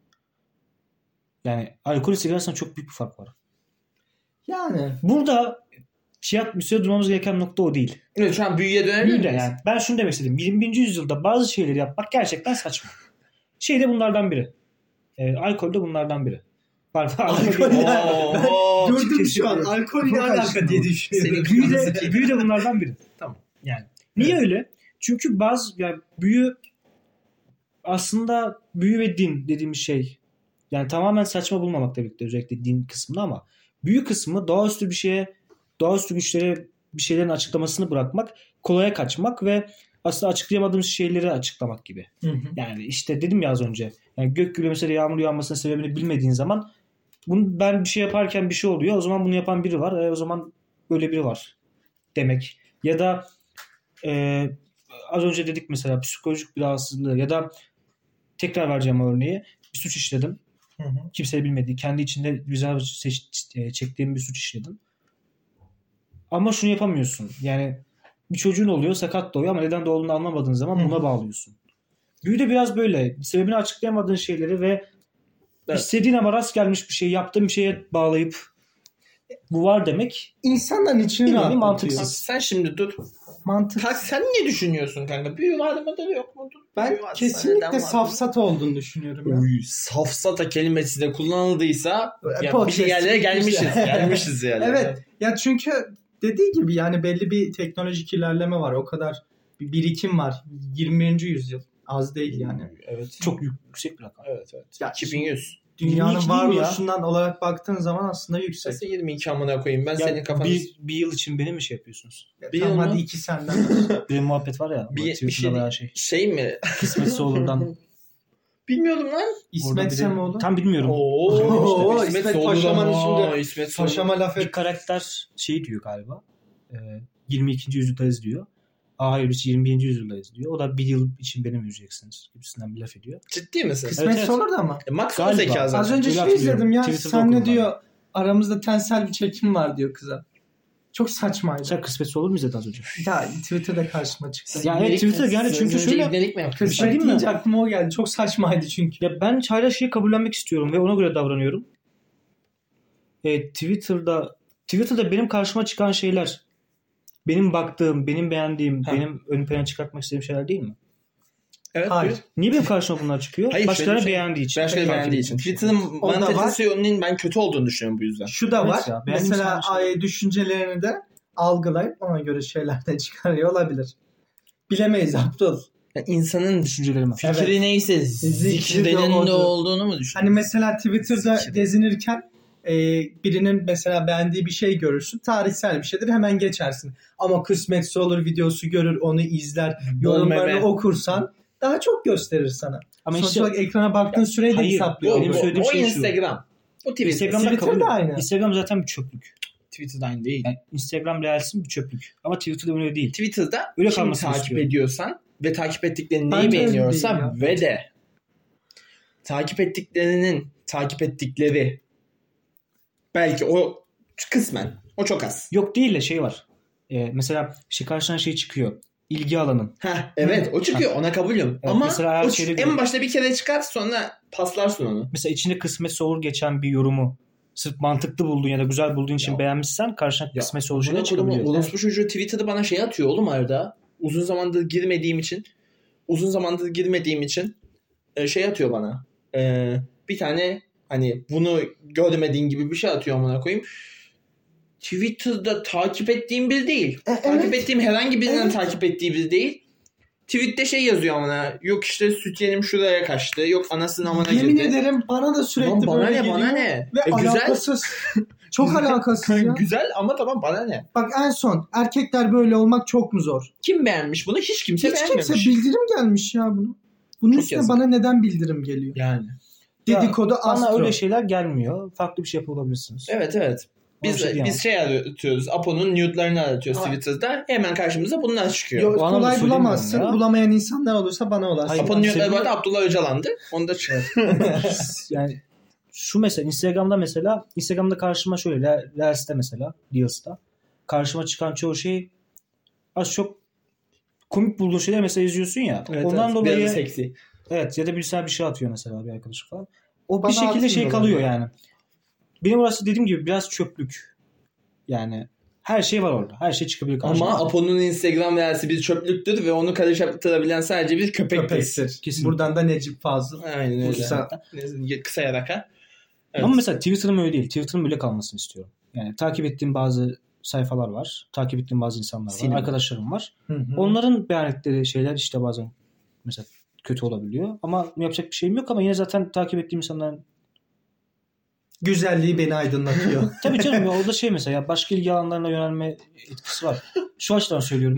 Yani alkol sigara arasında çok büyük bir fark var. Yani. Burada bir süre durmamız gereken nokta o değil. Evet, şu an büyüye dönebilir miyiz? Yani ben şunu demek istedim. 21. yüzyılda bazı şeyleri yapmak gerçekten saçma. Şey de bunlardan biri. Alkol de bunlardan biri. Durdum şu an. Alkol ne alaka diye düşünüyorum. Büyü de bunlardan biri. Tamam. Yani. Niye öyle? Çünkü büyü aslında büyü ve din dediğimiz şey yani tamamen saçma bulmamakla birlikte özellikle din kısmında ama büyü kısmı doğaüstü güçlere bir şeylerin açıklamasını bırakmak, kolaya kaçmak ve aslında açıklayamadığımız şeyleri açıklamak gibi. Yani işte dedim ya az önce. Yani gök gürlemesiyle yağmur yağmasının sebebini bilmediğin zaman ben bir şey yaparken bir şey oluyor. O zaman bunu yapan biri var. O zaman böyle biri var demek. Ya da az önce dedik mesela psikolojik bir rahatsızlığı ya da tekrar vereceğim örneği. Bir suç işledim. Kimse bilmediği, kendi içinde güzel çektiğim bir suç işledim. Ama şunu yapamıyorsun. Yani bir çocuğun oluyor, sakat doğuyor ama neden doğduğunu anlamadığın zaman buna bağlıyorsun. Büyü de biraz böyle. Sebebini açıklayamadığın şeyleri ve istediğin ama rast gelmiş bir şey, yaptığın bir şeye bağlayıp bu var demek. İnsanların içini mantıksız. Sen şimdi dur. Mantıksız. Sen ne düşünüyorsun kanka? Büyü var mıdır yok mudur? Ben kesinlikle safsata olduğunu düşünüyorum. Ya. Safsata kelimesi de kullanıldıysa ya bir şey yerlere gelmişiz yani. Evet. Ya çünkü dediği gibi yani belli bir teknolojik ilerleme var. O kadar bir birikim var. 21. yüzyıl. Az değil yani. Evet. Çok yüksek bir rakam. Evet. Ya 2100. Dünyanın varoluşundan olarak baktığın zaman aslında yüksek. Nasıl 22 amına koyayım ben senin kafanı. Bir yıl için beni mi şey yapıyorsunuz? Tamam hadi 2 senden. Bir muhabbet var ya. Bir şey mi? Kısmetse olurdan. Bilmiyordum lan. İsmet Semoğlu. Tam bilmiyorum. İşte İsmet Paşaman'ın şimdi İsmet Paşama laf et. Bir karakter diyor galiba. 22. yüzyıldayız diyor. Hayır biz 21. yüzyıldayız diyor. O da bir yıl için beni mi üzeceksiniz gibisinden bir laf ediyor. Ciddi misin? Kısmet olur da ama. Maksimum zeka zaten. Az önce izledim ya. Sen ne diyor? Aramızda tensel bir çekim var diyor kıza. Çok saçmaydı. Sen kısmetsiz olur mu izledin az önce? Ya Twitter'da karşıma çıktı. Ya evet Twitter'da geldi çünkü şöyle. Kısmet deyince aklıma o geldi. Çok saçmaydı çünkü. Ya ben hala şeyi kabullenmek istiyorum ve ona göre davranıyorum. Twitter'da benim karşıma çıkan şeyler benim baktığım, benim beğendiğim, benim ön plana çıkartmak istediğim şeyler değil mi? Evet. Hayır. Niye benim karşıma bunlar çıkıyor? Hayır, başkalarına beğendiği için. Başkalarına beğendiği için. Twitter'ın manifestasyonunun ben kötü olduğunu düşünüyorum bu yüzden. Şu da var. Ya, mesela düşüncelerini de algılayıp ona göre şeyler de çıkarıyor olabilir. Bilemeyiz Abdul. Yani insanın düşünceleri fikri neyse zikirlerinde olduğunu mu düşünüyorsun? Hani mesela Twitter'da gezinirken birinin mesela beğendiği bir şey görürsün. Tarihsel bir şeydir hemen geçersin. Ama kısmetse olur videosu görür onu izler. Yorumlarını okursan daha çok gösterir sana. Ama Sonuç işte olarak ekrana baktığın süreyi de hayır, hesaplıyor. benim söylediğim o şey şu. Instagram. O Twitter. Instagram'da kabul da aynı. Instagram zaten bir çöplük. Twitter'da aynı değil. Yani Instagram Reels'in bir çöplük. Ama Twitter'da öyle değil. Twitter'da Öyle kim kalmasını takip istiyorum. ediyorsan ve takip ettiklerini neyi Bence öyle beğeniyorsan değil ya. ve de takip ettiklerinin takip ettikleri belki o kısmen o çok az. Yok değil de şey var. Mesela karşına şey çıkıyor. İlgi alanın. Heh, evet o çıkıyor ona kabulüm. Evet, Ama mesela her o şeyde en bir- başta bir kere çıkar sonra paslarsın onu. Mesela içinde kısmetse olur geçen bir yorumu sırf mantıklı bulduğun ya da güzel bulduğun için Ya. beğenmişsen karşına Ya, kısmetse olur şeyler Buna kodumun çıkabiliyor. orospu çocuğu Twitter'da bana şey atıyor oğlum arada. Uzun zamandır girmediğim için şey atıyor bana. Bir tane hani bunu görmediğin gibi bir şey atıyor amına koyayım. Twitter'da takip ettiğim biri değil. Takip ettiğim herhangi birinden takip ettiği biri değil. Tweet'te şey yazıyor amına. Yok işte sütyenim şuraya kaçtı. Yok anasının amına girdi. Yemin ederim bana da sürekli Tamam, bana böyle ne, geliyor. bana ne? Ve Güzel. alakasız. Çok alakasız ya. Güzel ama tamam bana ne? Bak en son erkekler böyle olmak çok mu zor? Kim beğenmiş bunu? Hiç kimse Hiç beğenmemiş. kimse bildirim gelmiş ya bunu. Bunun Çok üstüne yazık. bana neden bildirim geliyor? Yani. Dedikodu Bana astro. öyle şeyler gelmiyor. Farklı bir şey yapabilirsiniz. Evet. Ona bir şey diyemem. Biz şey aratıyoruz. Apo'nun nude'larını aratıyoruz Twitter'da. Hemen karşımıza bunlar çıkıyor. Yo, O anlamda kolay söylemiyorum bulamazsın. ya. Bulamayan insanlar olursa bana ulaşsın. Hayır. Apo'nun nude'ları seviyorum. vardı. Abdullah Öcalan'dı. Onu da Yani şu mesela Instagram'da karşıma şöyle Reels'te mesela Reels'ta karşıma çıkan çoğu şey az çok komik bulduğun şeyler mesela izliyorsun ya. Ondan dolayı Biraz seksi. evet ya da bir şey atıyor mesela bir arkadaş falan. O Bana bir şekilde şey atmıyorlar kalıyor ya. yani. Benim orası dediğim gibi biraz çöplük. Yani her şey var orada. Her şey çıkabilir karşıma. Ama Apo'nun Instagram reelsi bir çöplüktür ve onu karıştırabilen sadece bir köpektir. Köpektir. Kesinlikle. Buradan da Necip Fazıl. Aynen öyle. Kısa yaraka. Evet. Ama mesela Twitter'ım öyle değil. Twitter'ım öyle kalmasını istiyorum. Yani takip ettiğim bazı sayfalar var. Takip ettiğim bazı insanlar var. Sinema. Arkadaşlarım var. Hı hı. Onların beyan ettikleri şeyler işte bazen mesela kötü olabiliyor. Ama yapacak bir şeyim yok ama yine zaten takip ettiğim insanların Güzelliği beni aydınlatıyor. tabii canım ya orada şey mesela ya başka ilgi alanlarına yönelme etkisi var. Şu açıdan söylüyorum.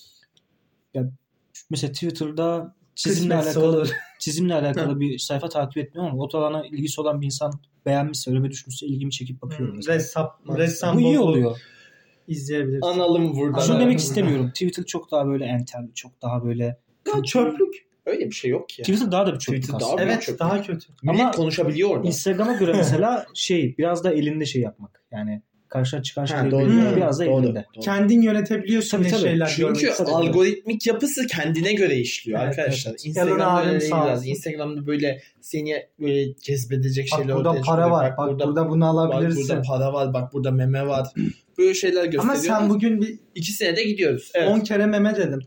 Mesela Twitter'da çizimle alakalı bir sayfa takip etmiyorum ama o alana ilgisi olan bir insan beğenmişse, önüme düşmüşse ilgimi çekip bakıyorum mesela. Ressam Bu iyi Bob'u oluyor. izleyebilirsin. Analım burada. Şunu Anladım. demek istemiyorum. Twitter çok daha böyle entel, çok daha böyle Ya çöplük. Öyle bir şey yok ki. Twitter daha da bir çöplük Twitter aslında. daha Evet çöplük. daha kötü. Millet Ama konuşabiliyor orada. Instagram'a göre mesela biraz da elinde şey yapmak. Yani karşına çıkan şeyleri doğru, belirlemek doğru, biraz da elinde. Kendin yönetebiliyorsun Tabii, ne tabii. şeyler Çünkü görmek istediğini. algoritmik yapısı kendine göre işliyor Evet, arkadaşlar. evet. Instagram'da Alan öyle Alem değil sağ biraz. olsun. Instagram'da böyle seni böyle cezbedecek Bak şeyler burada ortaya para çıkıyor. var. Bak burada bunu bak alabilirsin. burada para var. Bak burada meme var. Böyle şeyler gösteriyor. Ama sen bugün bir 2 senede gidiyoruz. Evet. 10 kere meme dedin.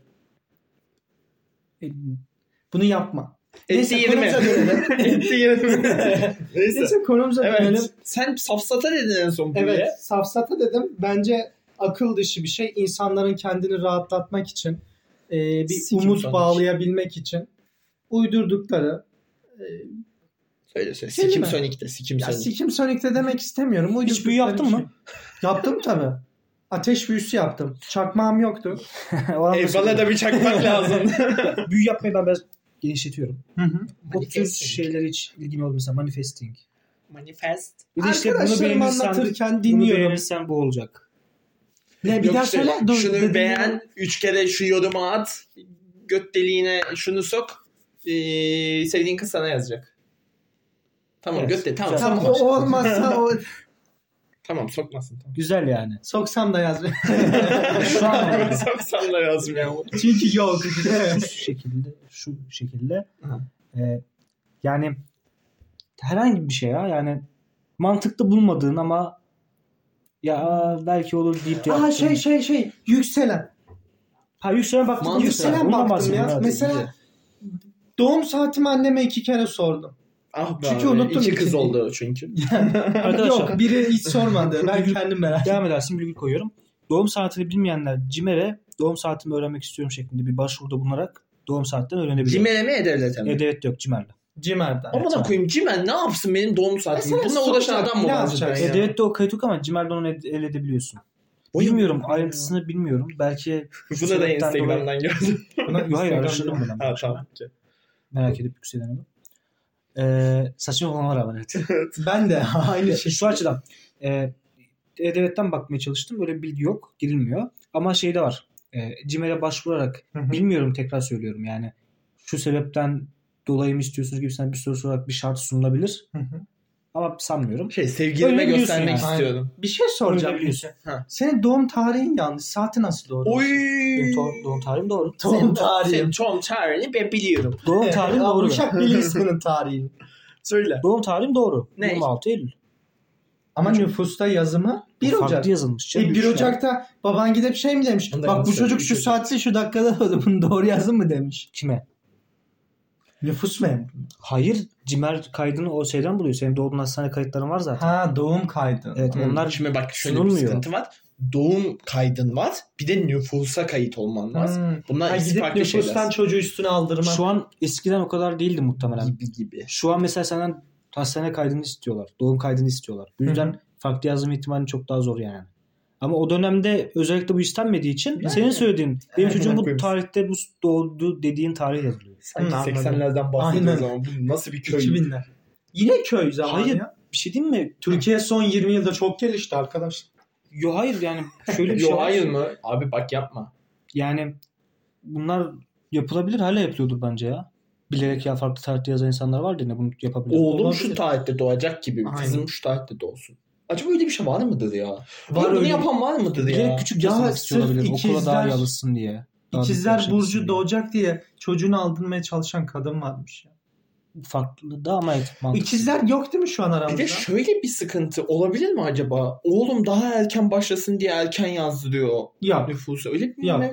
Bunu yapma. Etti Neyse, 20. konumuza dönelim. Etti 20. Neyse. Neyse konumuza dönelim. Evet. Sen safsata dedin en son buraya. Evet, safsata dedim. Bence akıl dışı bir şey. İnsanların kendini rahatlatmak için, bir Sikim umut sonuç. bağlayabilmek için uydurdukları. Söyle. Şey Sikim mi? Sonic'te. Sikim Ya Sonic. Sikim Sonic'te demek istemiyorum. Hiç Uydurdukları büyü yaptın bir mı? şey. Yaptım tabii. Ateş büyüsü yaptım. Çakmağım yoktu. Bana da bir çakmak lazım. Büyü yapmayı ben biraz genişletiyorum. Hı hı. O tür Manifesting. şeyler hiç ilgim oldu mesela manifesting. Manifest. Bir de işte bunu Arkadaşlarım beğenirsen, anlatırken bunu dinliyorum. beğenirsen bu olacak. Ne bir Yok daha işte, söyle. Dur, şunu dedim beğen, ya. 3 kere şu yorumu at, göt deliğine şunu sok, sevdiğin kız sana yazacak. Tamam Evet, göt de tamam. güzel. Tamam Sokma. o olmazsa o Tamam. Sokmasın. Tamam. Güzel yani. soksam da yaz. Şu an Soksan da yazmıyor. Çünkü yok. şu şekilde Aha. yani herhangi bir şey ya yani mantıklı bulmadığın ama ya belki olur deyip de Aa yaptığın. şey yükselen. Ha yükselen baktım. Mantıklı. Yükselen Bundan baktım ya. bahsediyorum, evet. Mesela doğum saatimi anneme 2 kere sordum. Ah be Çünkü abi, unuttum 2 kız ikisini. oldu çünkü. Arkadaşlar Yok biri hiç sormadı. Ben kendim merak devam edersin bilgi koyuyorum. Doğum saatini bilmeyenler CİMER'e doğum saatimi öğrenmek istiyorum şeklinde bir başvuruda bulunarak doğum saatlerini öğrenebiliyor. Cimer'e mi E-Devlet'e mi? Evet yok CİMER'le. Cimer'den. Amına koyayım Cimer ne yapsın benim doğum saatimi? Mesela Bununla uğraşan sokacak, adam mı ne var yapacak cidden ya? Evet de o kayıt yok ama CİMER'den onu elde edebiliyorsun. Bilmiyorum ayrıntısını bilmiyorum. Belki Buna da Instagram'dan gördüm. Hayır araştırdım ben. Ha tamam. Merak edip yükselen onu. Saçma olmama rağmen evet. Ben de aynı şey. Şu açıdan E-Devlet'ten bakmaya çalıştım. Böyle bir bilgi yok. Girilmiyor. Ama şey de var. Gmail'e başvurarak bilmiyorum, tekrar söylüyorum yani şu sebepten dolayı mı istiyorsunuz gibisinden bir soru sorarak bir şart sunulabilir. Ama sanmıyorum. Sevgilime Öyle göstermek yani. istiyorum. Bir şey soracağım. Senin doğum tarihin yanlış. Saati nasıl doğru? Oy. Benim doğum tarihim doğru. Doğum tarihin. Senin doğum tarihini ben biliyorum. Doğum tarihim doğru. Uşak bilir senin tarihini. Söyle. Doğum tarihim doğru. Ne? 26 Eylül. Ama nüfusta yazımı 1 Ocak. Farklı yazılmış. canım. 1 Ocak'ta baban gidip şey mi demiş? Onda Bak bu yanlış çocuk söylemiş şu çocuk. saatte şu dakikada doğdu. Bunu doğru yazın mı demiş. Kime? Nüfus memuru. Hayır. Cimer kaydını o şeyden buluyor. Senin doğduğun hastane kayıtların var zaten. Ha, doğum kaydı. Evet, onlar Şimdi bak şöyle bir sunulmuyor. sıkıntı var. Doğum kaydın var. Bir de nüfusa kayıt olman lazım. Bunlar Ha, ikisi gidip farklı nüfustan şeyler. çocuğu üstüne aldırmak. şu an eskiden o kadar değildi muhtemelen. Gibi. Şu an mesela senden hastane kaydını istiyorlar. Doğum kaydını istiyorlar. Bu yüzden farklı yazım ihtimali çok daha zor yani. Ama o dönemde özellikle bu istenmediği için Yani. senin söylediğin benim çocuğum bu Koyayım. tarihte bu doğdu dediğin tarih yazılıyor. Sanki Anladım. 80'lerden bahsediyoruz Aynen. ama bu nasıl bir köy? 2000'ler. Yine köy zamanı Hayır. ya. Bir şey diyeyim mi? Türkiye son 20 yılda çok gelişti arkadaşlar. Yo hayır yani şöyle bir şey Yo var. hayır mı? Abi bak yapma. Yani bunlar yapılabilir, hala yapılıyordur bence ya. Bilerek ya farklı tarihte yazan insanlar var diye bunu yapabilir. Oğlum Olabilir. şu tarihte doğacak gibi. Aynen. Kızım şu tarihte doğsun. Acaba öyle bir şey var mıdır ya? Var Bunu öyle. yapan var mıdır ya? Bilerek küçük Ya yazmak istiyor sırf olabilir. Okula daha ikizler- iyi alışsın diye. Daha İkizler büyük Burcu yaşasın diye. doğacak diye çocuğunu aldırmaya çalışan kadın varmış ya. Farklı da ama evet, mantıklı. İkizler yok değil mi şu an Bir aramızda? de şöyle bir sıkıntı olabilir mi acaba? Oğlum daha erken başlasın diye erken yazdırıyor Yok. nüfusu. Öyle mi? Ya.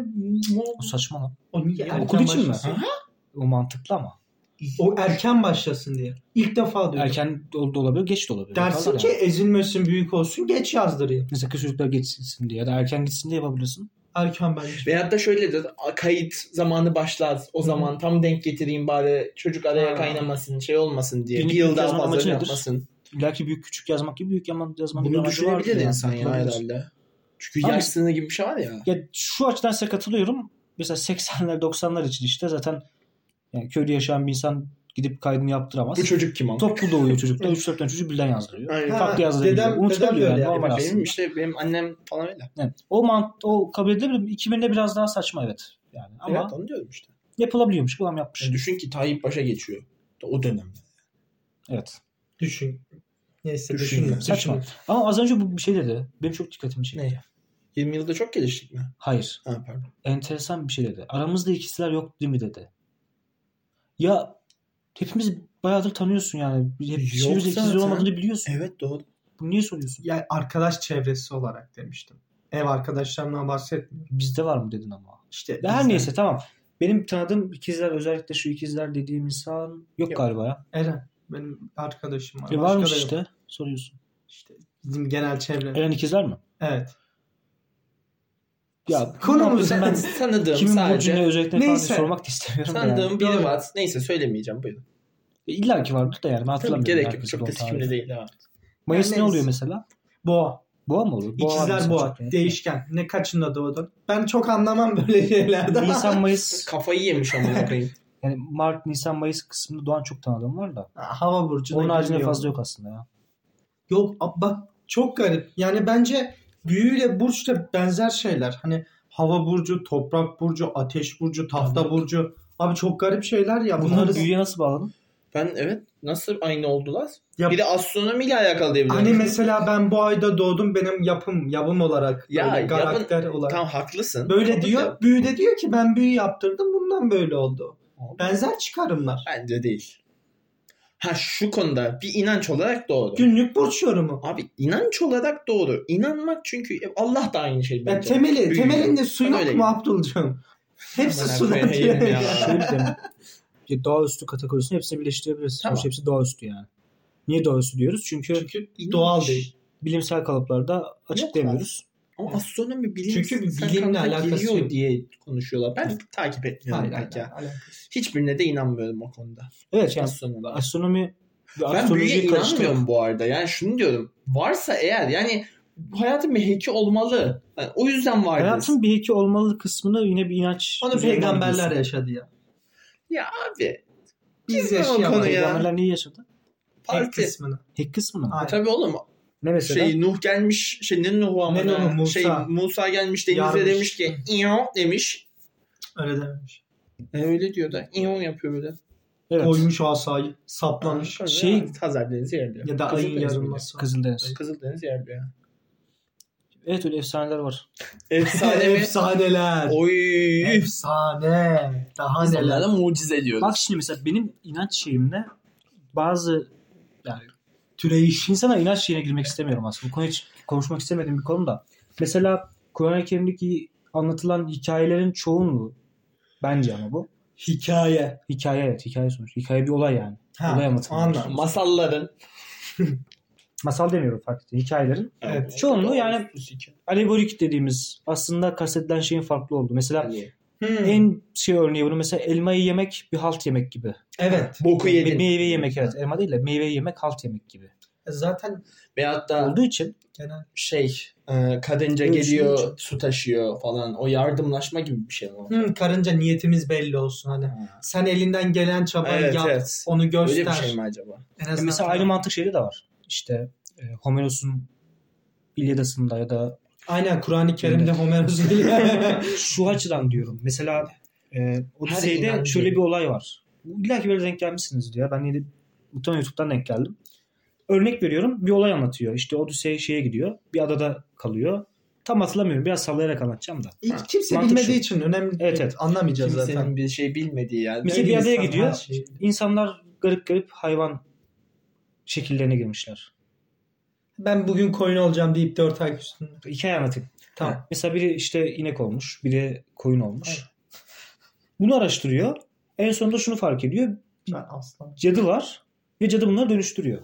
O saçma lan. O niye erken Okul için mi? başlasın? O mantıklı ama. O erken başlasın diye. İlk defa duydum. Erken da olabilir, geç de olabilir. Dersin Yaparlar ki yani. ezilmesin, büyük olsun, geç yazdırayım. Mesela kız çocuklar geçsin diye ya da erken gitsin diye yapabilirsin. Erken bence. Veyahut da şöyledir. Kayıt zamanı başlar. O zaman tam denk getireyim bari çocuk araya Ha. kaynamasın, şey olmasın diye. Günlük Bir yıl daha yazmanın fazla amacı nedir? yapmasın. İlla ki büyük küçük yazmak gibi büyük yazmak gibi bir Bunu amacı vardır düşünebilir yani. insan ya Yapılabilir. herhalde. Çünkü Abi- yaş sınırı gibi bir şey var ya. Ya şu açıdan size katılıyorum. Mesela 80'ler 90'lar için işte zaten yani köyde yaşayan bir insan gidip kaydını yaptıramaz. Bu çocuk kim ama? Toplu doğuyor çocukta. 3-4 tane çocuk birden yazdırıyor. Aynen. Farklı yazdırabiliyor. dedem Unutabiliyor böyle yani. yani. Normal Benim aslında. işte benim annem falan öyle. Evet. O kabul edilebilir. 2000'de biraz daha saçma evet. Yani ama Evet onu diyorum işte. yapılabiliyormuş. Bu adam yapmış. Yani düşün ki Tayyip Baş'a geçiyor. O dönemde. Evet. Düşün. Neyse Düşün. düşün. Saçma. Ama az önce bu bir şey dedi. Benim çok dikkatimi çekti. Ne? 20 yılda çok geliştik mi? Hayır. Ha pardon. Enteresan bir şey dedi. Aramızda ikizler yok değil mi dedi. Ya hepimiz bayağıdır tanıyorsun yani. Hiçbirimiz Yok ikizler zaten. olmadığını biliyorsun. Evet doğru. Bunu niye soruyorsun? Ya arkadaş çevresi olarak demiştim. Ev arkadaşlarımdan bahsetmiyorum. Bizde var mı dedin ama. İşte Ya her bizden. neyse tamam. Benim tanıdığım ikizler, özellikle şu ikizler dediğim insan yok galiba ya. Eren. Benim arkadaşım var. Başka Varmış da yok. işte. Soruyorsun. İşte bizim genel çevre. Eren ikizler mi? Evet. Ya Konumuz ben Tanıdığım kimin burcunu sadece. özellikle falan Neyse. sormak da istemiyorum. Tanıdığım biri Doğru. var. Neyse söylemeyeceğim buyurun. İlla ki vardır da yani ben Tabii hatırlamıyorum. gerek yok. herkesin Çok da doğum sikimli tarihi. değil. Evet. Mayıs Yani ne oluyor neyse. mesela? Boğa. Boğa mı olur? Boğa İkizler mesela boğa. çok- Değişken. Ne kaçında doğdun? Ben çok anlamam böyle şeylerden. Nisan, Mayıs Kafayı yemiş amına koyayım. yani Mart, Nisan, Mayıs kısmında doğan çok tanıdığım var da. Hava burcu. Onun haricinde fazla yok aslında ya. Yok bak çok garip. Yani bence büyüyle burç da benzer şeyler. Hani hava burcu, toprak burcu, ateş burcu, tahta burcu. Abi çok garip şeyler ya. Bunları Bunları büyüye nasıl bağladın? Ben evet nasıl aynı oldular? Ya- Bir de astronomiyle alakalı diyebilirim. hani mesela ben bu ayda doğdum, benim yapım olarak, Ya, böyle karakter olarak. Tam haklısın. Böyle Kabul diyor. de- Büyü de diyor ki ben büyü yaptırdım, bundan böyle oldu. Abi, Benzer çıkarımlar. Bence değil. Ha şu konuda bir inanç olarak doğru. Günlük burç yorumu. Abi inanç olarak doğru. İnanmak çünkü Allah da aynı şey Ya bence. temelinde su Ben yok öyleyim. mu Abdülcüm? Hepsi Aman sudan koyayım türeyor ya. ya. Şöyle diyeyim. Ya doğaüstü kategorisini hepsini birleştirebiliriz. Tamam. Sonuçta hepsi doğaüstü yani. Niye doğaüstü diyoruz? Çünkü Çünkü İnanç. doğal değil. bilimsel kalıplarda açıklayamıyoruz. Ama astronomi bilim Çünkü bilimle alakası geliyor yok. diye konuşuyorlar. Ben takip etmiyorum Hayır, pek ya. alakası. Hiçbirine de inanmıyorum o konuda. Evet yani Astronomi. astronomi ve Ben büyüye astrolojiyi karıştırıyorum. inanmıyorum bu arada. Yani şunu diyorum. Varsa eğer yani hayatın bir heki olmalı. Yani o yüzden vardır. Hayatın bir heki olmalı kısmını yine bir inanç Onu üzerinden peygamberler diyorsun. yaşadı ya. Ya abi Biz o yaşayamadık. konuyu ya. Peygamberler neyi yaşadı? Tek kısmını. Tek kısmını mı? Aynen. Tabii oğlum. Ne mesela? Nuh gelmiş. Ne Nuh'u ama. Ne Nuh'u, Musa. Musa gelmiş denize Yarmış. demiş ki İyo demiş. Öyle dememiş. Öyle diyor da İyo yapıyor böyle. Evet. Koymuş asayı. Saplamış. Hazar Denizi yerliyor. Ya da ayın yarılması. Kızıldeniz. Kızıldeniz yerliyor. Evet öyle efsaneler var. Efsane mi? Efsaneler. Oy. Efsane. Daha neler. Onlara mucize diyoruz. Bak şimdi mesela benim inanç şeyimle bazı yani Türeyiş. insana inanç şeyine girmek istemiyorum aslında. Bu konu hiç konuşmak istemediğim bir konu da. Mesela Kur'an-ı Kerim'deki anlatılan hikayelerin çoğunluğu bence ama bu. Hikaye. Hikaye evet. Hikaye sonuç. Hikaye bir olay yani. Ha, Olay anlatılıyor. anladım. Masalların. Masal demiyorum fark ettiğin. Hikayelerin. Evet. Çoğunluğu yani alegorik dediğimiz aslında kastedilen şeyin farklı olduğu. Mesela en örneği bunu mesela elmayı yemek bir halt yemek gibi. Evet. Boku yedin. Meyve yemek evet. Elma değil de meyve yemek halt yemek gibi. Zaten Veyahut da Olduğu için genel. karınca Öyle geliyor düşününce. su taşıyor falan. O yardımlaşma gibi bir şey mi? Karınca niyetimiz belli olsun hani. Sen elinden gelen çabayı yap. Evet. Onu göster. Öyle bir şey mi acaba? En azından mesela aynı mantık şeyde de var. İşte Homeros'un İlyadası'nda ya da aynen Kur'an-ı Kerim'de Homeros'un şu açıdan diyorum. Mesela Odise'de inancı. şöyle bir olay var. İlla ki böyle denk gelmişsiniz diyor. Ben yine muhtemelen YouTube'dan denk geldim. Örnek veriyorum. Bir olay anlatıyor. İşte Odise şeye gidiyor. Bir adada kalıyor. Tam hatırlamıyorum. Biraz sallayarak anlatacağım da. Kimse Mantık bilmediği şu. için önemli değil. Evet. Anlamayacağız Kimsenin zaten. bir şey bilmediği yani. Mesela bir adaya İnsan gidiyor. her şeyi- İnsanlar garip garip hayvan şekillerine girmişler. Ben bugün koyun olacağım deyip 4 ay üstünde. Hikaye anlatayım. Tamam. Mesela biri işte inek olmuş. Biri koyun olmuş. Bunu araştırıyor. En sonunda şunu fark ediyor. Ben aslan. Cadı var. Ve cadı bunları dönüştürüyor.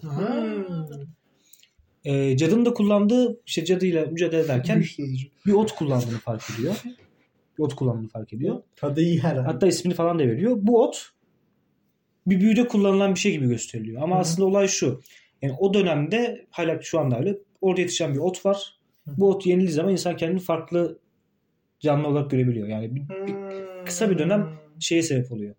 Cadının da kullandığı işte cadıyla mücadele ederken bir ot kullandığını fark ediyor. Bir ot kullandığını fark ediyor. Tadı iyi herhalde. Hatta ismini falan da veriyor. Bu ot bir büyüde kullanılan bir şey gibi gösteriliyor. Ama aslında olay şu. Yani o dönemde hala şu anda öyle orada yetişen bir ot var. Bu ot yenildiği zaman insan kendini farklı canlı olarak görebiliyor. Yani kısa bir dönem şeye sebep oluyor.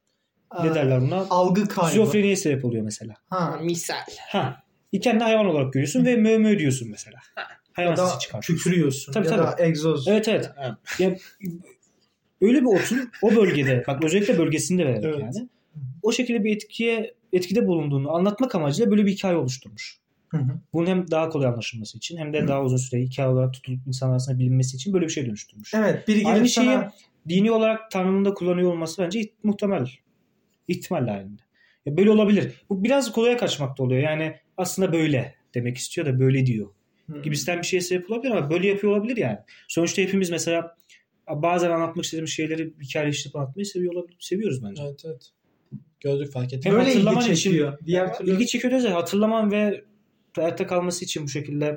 Ne derler buna? Algı kaybı. Şizofreniye sebep oluyor mesela. Misal. Kendini hayvan olarak görüyorsun ve mö mö diyorsun mesela. Hayvan Ya da sesi çıkartıyorsun. kükrüyorsun. Tabii, ya tabii. da egzoz. Evet. Ya, öyle bir otun o bölgede bak özellikle bölgesinde vererek Evet. yani o şekilde bir etkide bulunduğunu anlatmak amacıyla böyle bir hikaye oluşturmuş. Bunun hem daha kolay anlaşılması için hem de daha uzun süre hikaye olarak tutulup insanlar arasında bilinmesi için böyle bir şey dönüştürmüş. Evet. Biri Aynı gelip şeyi sana dini olarak Tanrı'nın da kullanıyor olması bence muhtemel. İhtimal halinde. Böyle olabilir. Bu biraz kolaya kaçmakta oluyor. Yani aslında böyle demek istiyor da böyle diyor. Gibisinden bir şeye sebep olabilir ama böyle yapıyor olabilir yani. Sonuçta hepimiz mesela bazen anlatmak istediğimiz şeyleri hikayeleştirip anlatmayı seviyoruz bence. Evet. Gördük fark ettik. Hem böyle hatırlaman ilgi için çekiyor. Diğer türlü ilgi çekiyor da hatırlaman ve hayatta kalması için bu şekilde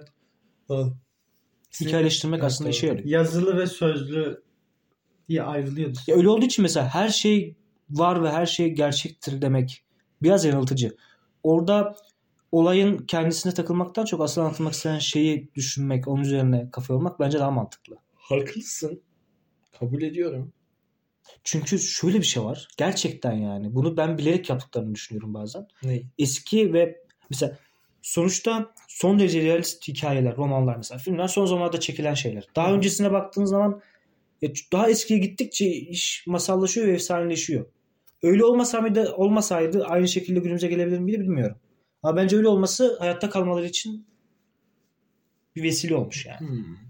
hikayeleştirmek Evet, aslında evet. işe yarıyor. yazılı ve sözlü diye ayrılıyordu. Ya öyle olduğu için mesela her şey var ve her şey gerçektir demek biraz yanıltıcı. Orada olayın kendisine takılmaktan çok asıl anlatılmak istenen şeyi düşünmek, onun üzerine kafa yormak bence daha mantıklı. Haklısın. Kabul ediyorum. Çünkü şöyle bir şey var. Gerçekten yani bunu ben bilerek yaptıklarını düşünüyorum bazen. Ne? Eski ve mesela sonuçta son derece realist hikayeler, romanlar mesela filmler son zamanlarda çekilen şeyler. Daha öncesine baktığın zaman daha eskiye gittikçe iş masallaşıyor ve efsaneleşiyor. Öyle olmasaydı aynı şekilde günümüze gelebilir miydi bilmiyorum. Ama bence öyle olması hayatta kalmaları için bir vesile olmuş yani.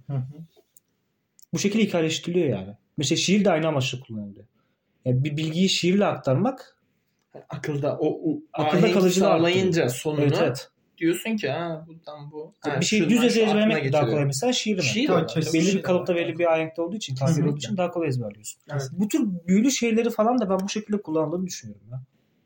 Bu şekilde hikayeleştiriliyor yani. Mesela şiir de aynı amaçla kullanılıyor. Yani bir bilgiyi şiirle aktarmak Akılda akılda kalıcılığı sağlayınca sonunu evet. diyorsun ki buradan bu. Bir şey düz ezberlemek daha kolay mesela şiir demek. Şiir Tabii, kesin. Belli bir kalıpta belli bir ahenkte olduğu için, kafiyeli olduğu için daha kolay ezberliyorsun. Evet. Bu tür büyülü şeyleri falan da ben bu şekilde kullandığını düşünüyorum ya.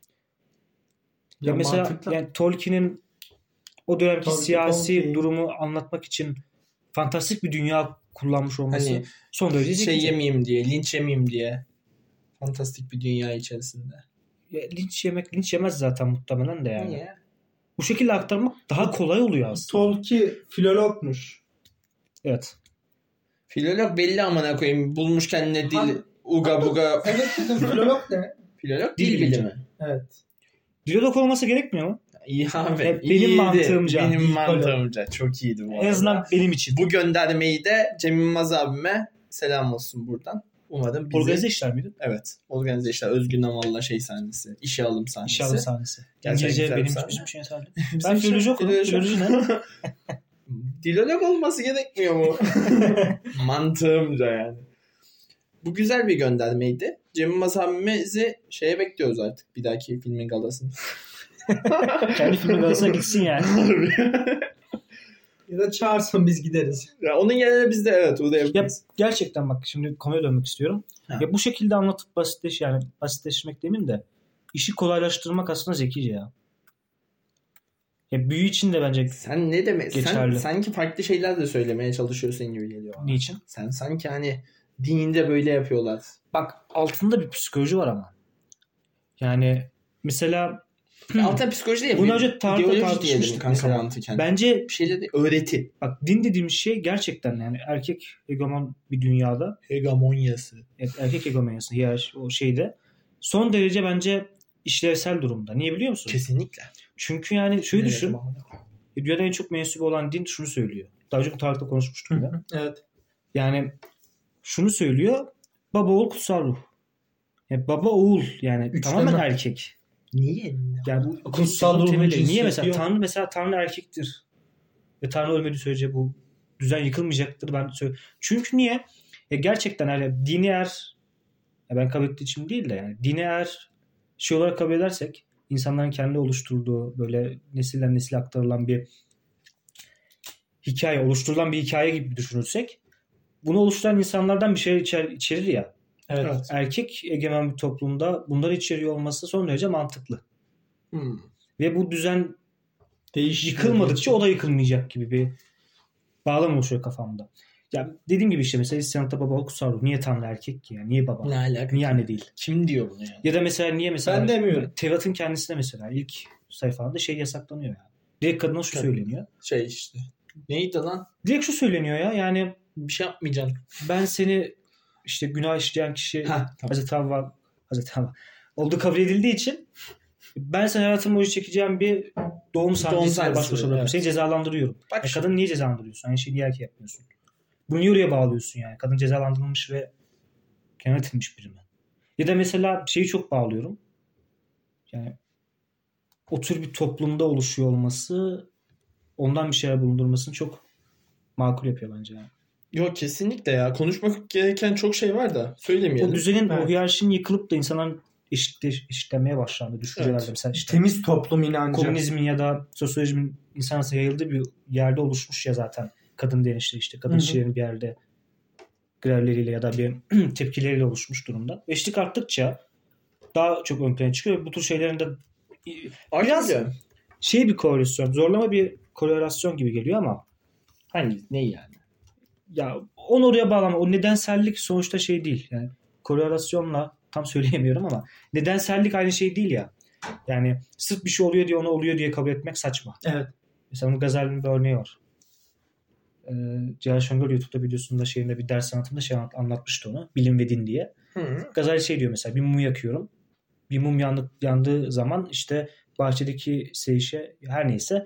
Ya mesela mantıklı. yani Tolkien'in o dönemki Tabii, siyasi Tolkien. durumu anlatmak için fantastik bir dünya kullanmış olması Hani son derece zekice. yemeyeyim diye, linç yemeyeyim diye. Fantastik bir dünya içerisinde. Ya, linç yemez zaten muhtemelen de yani. Niye? Bu şekilde aktarmak daha kolay oluyor aslında. Tolkien filologmuş. Evet. Filolog belli amına koyayım. Bulmuş kendine dil Hani- uga buga. Evet dedim filolog ne? Filolog Dil dil bilimi. bilimi. Evet. Diyalog olması gerekmiyor mu? İyi abi. Benim iyiydi. mantığımca. Benim mantığımca. Çok iyiydi bu arada. En azından benim için. Bu göndermeyi de Cem Yılmaz abime selam olsun buradan. Umarım bizi... Organize işler miydi? Evet. Organize işler. Özgün Namal'la sahnesi. İşe alım sahnesi. İşe alım sahnesi. Gerçekten İngilizce benim sahne. bizim şey sadece. Ben filoloji okudum. Filoloji ne? Dilolog olması gerekmiyor mu? Mantığımca yani. Bu güzel bir göndermeydi. Cem Yılmaz abimizi şeye bekliyoruz artık. Bir dahaki filmin galasını. Kendi filmin galasına gitsin yani. Ya da çağırsın biz gideriz. Ya onun yerine biz de evet orada yapacağız. Gerçekten bak şimdi konuya dönmek istiyorum. Ya bu şekilde anlatıp basitleşmek demeyeyim de işi kolaylaştırmak aslında zekice ya. Ya büyü için de bence Sen ne demek? geçerli. Sen sanki farklı şeyler de söylemeye çalışıyorsun gibi geliyor. Niçin? Sen sanki hani dinde böyle yapıyorlar. Bak altında bir psikoloji var ama. Yani mesela Altta psikoloji değil. bunu önce tartışmıştık tartışmıştık kanka mesela. mantıken. Bence bir şeyler de öğreti. bak din dediğimiz şey gerçekten yani erkek hegemon bir dünyada Hegemonyası. erkek hegemonyası o şeyde son derece bence işlevsel durumda. Niye biliyor musun? Kesinlikle. Çünkü yani şöyle Evet, düşün. Dünyada en çok mensubu olan din şunu söylüyor. Daha önce bu tarihte konuşmuştuk yine. Evet. Yani şunu söylüyor. Baba oğul kutsal ruh. Yani baba oğul yani Üçleme. tamamen erkek. Niye? Yani bu Kutsal ruhun temeli. cinsiyeti Niye mesela yok. Tanrı erkektir. Ve Tanrı ölmediği sürece bu düzen yıkılmayacaktır. Ben söylüyorum. Çünkü niye? Gerçekten yani dini eğer ben kabul ettiğim için değil de yani dini eğer şey olarak kabul edersek insanların kendi oluşturduğu böyle nesilden nesile aktarılan bir hikaye, oluşturulan bir hikaye gibi düşünürsek bunu oluşturan insanlardan bir şeyler içerir ya. Evet. Erkek egemen bir toplumda bunları içeriyor olması son derece mantıklı. Ve bu düzen yıkılmadıkça o da yıkılmayacak gibi bir bağlam oluşuyor kafamda. Ya dediğim gibi işte mesela İslam'da baba kutsal ruh. Niye Tanrı erkek ki ya? Niye baba? Ne alaka? Niye anne değil? Kim diyor bunu yani? Ya da mesela niye mesela Ben demiyorum. Tevrat'ın kendisine mesela ilk sayfada şey yasaklanıyor ya. Direkt kadına şu söyleniyor. Şey işte. Neydi lan? Direkt şu söyleniyor ya. Yani Bir şey yapmayacaksın. ben seni işte günah işleyen kişi Tamam. Hazreti Havva olduğu kabul edildiği için ben seni hayatım boyunca çekeceğim bir doğum sahnesiyle baş başa bırakıyorum. Evet. Seni cezalandırıyorum. Bak Kadın niye cezalandırıyorsun? Aynı şeyi niye erkek yapmıyorsun? Bunu niye oraya bağlıyorsun yani? Kadın cezalandırılmış ve kenar edilmiş biri mi? Ya da mesela şeyi çok bağlıyorum. Yani o tür bir toplumda oluşuyor olması ondan bir şeyler bulundurmasını çok makul yapıyor bence yani. Yok kesinlikle ya. Konuşmak gereken çok şey var da söylemeyelim. O düzenin, Evet. o hiyerarşinin yıkılıp da insanların eşitlenmeye başlandığı düşüncelerde Evet. mesela işte Temiz toplum inancı. komünizmin ya da sosyolojinin insan arasında yayıldığı bir yerde oluşmuş ya zaten kadın direnişleri işte kadın işçilerin bir yerde grevleriyle ya da bir tepkileriyle oluşmuş durumda. Eşitlik arttıkça daha çok ön plana çıkıyor. Bu tür şeylerin de biraz bir korelasyon, zorlama bir korelasyon gibi geliyor ama hangi? Ne yani? ya onu oraya bağlama. O nedensellik sonuçta şey değil. Yani korelasyonla tam söyleyemiyorum ama nedensellik aynı şey değil ya. Yani sırf bir şey oluyor diye onu oluyor diye kabul etmek saçma. Evet. Mesela Gazali'nin bir örneği var. Celal Şengör YouTube'da videosunda şeyinde bir ders anlatımında anlatmıştı onu. Bilim ve din diye. Gazali şey diyor mesela bir mumu yakıyorum. Bir mum yandığı zaman işte bahçedeki seyişe her neyse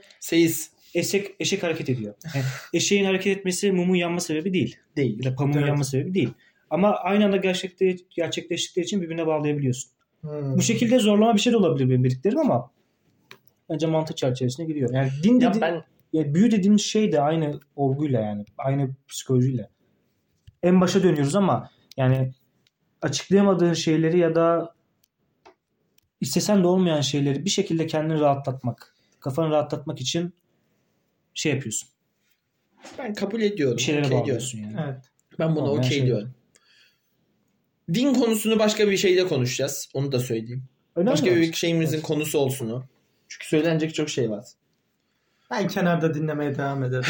eşek hareket ediyor. Yani eşeğin hareket etmesi mumun yanma sebebi değil. Ya da pamuğun yanma sebebi değil. Ama aynı anda gerçekleştikleri için birbirine bağlayabiliyorsun. Bu şekilde zorlama bir şey de olabilir benim dediklerim ama bence mantık çerçevesine giriyor. Yani din büyü dediğimiz şey de aynı olguyla yani aynı psikolojiyle. En başa dönüyoruz ama yani açıklayamadığın şeyleri ya da istesen de olmayan şeyleri bir şekilde kendini rahatlatmak, kafanı rahatlatmak için şey yapıyorsun. Ben kabul ediyorum. Bir şeylere bağlıyorsun yani. Evet. Ben buna okey diyorum. Din konusunu başka bir şeyde konuşacağız. Onu da söyleyeyim. Başka bir şeyimizin konusu olsun o. Çünkü söylenecek çok şey var. Ben kenarda dinlemeye devam ederim.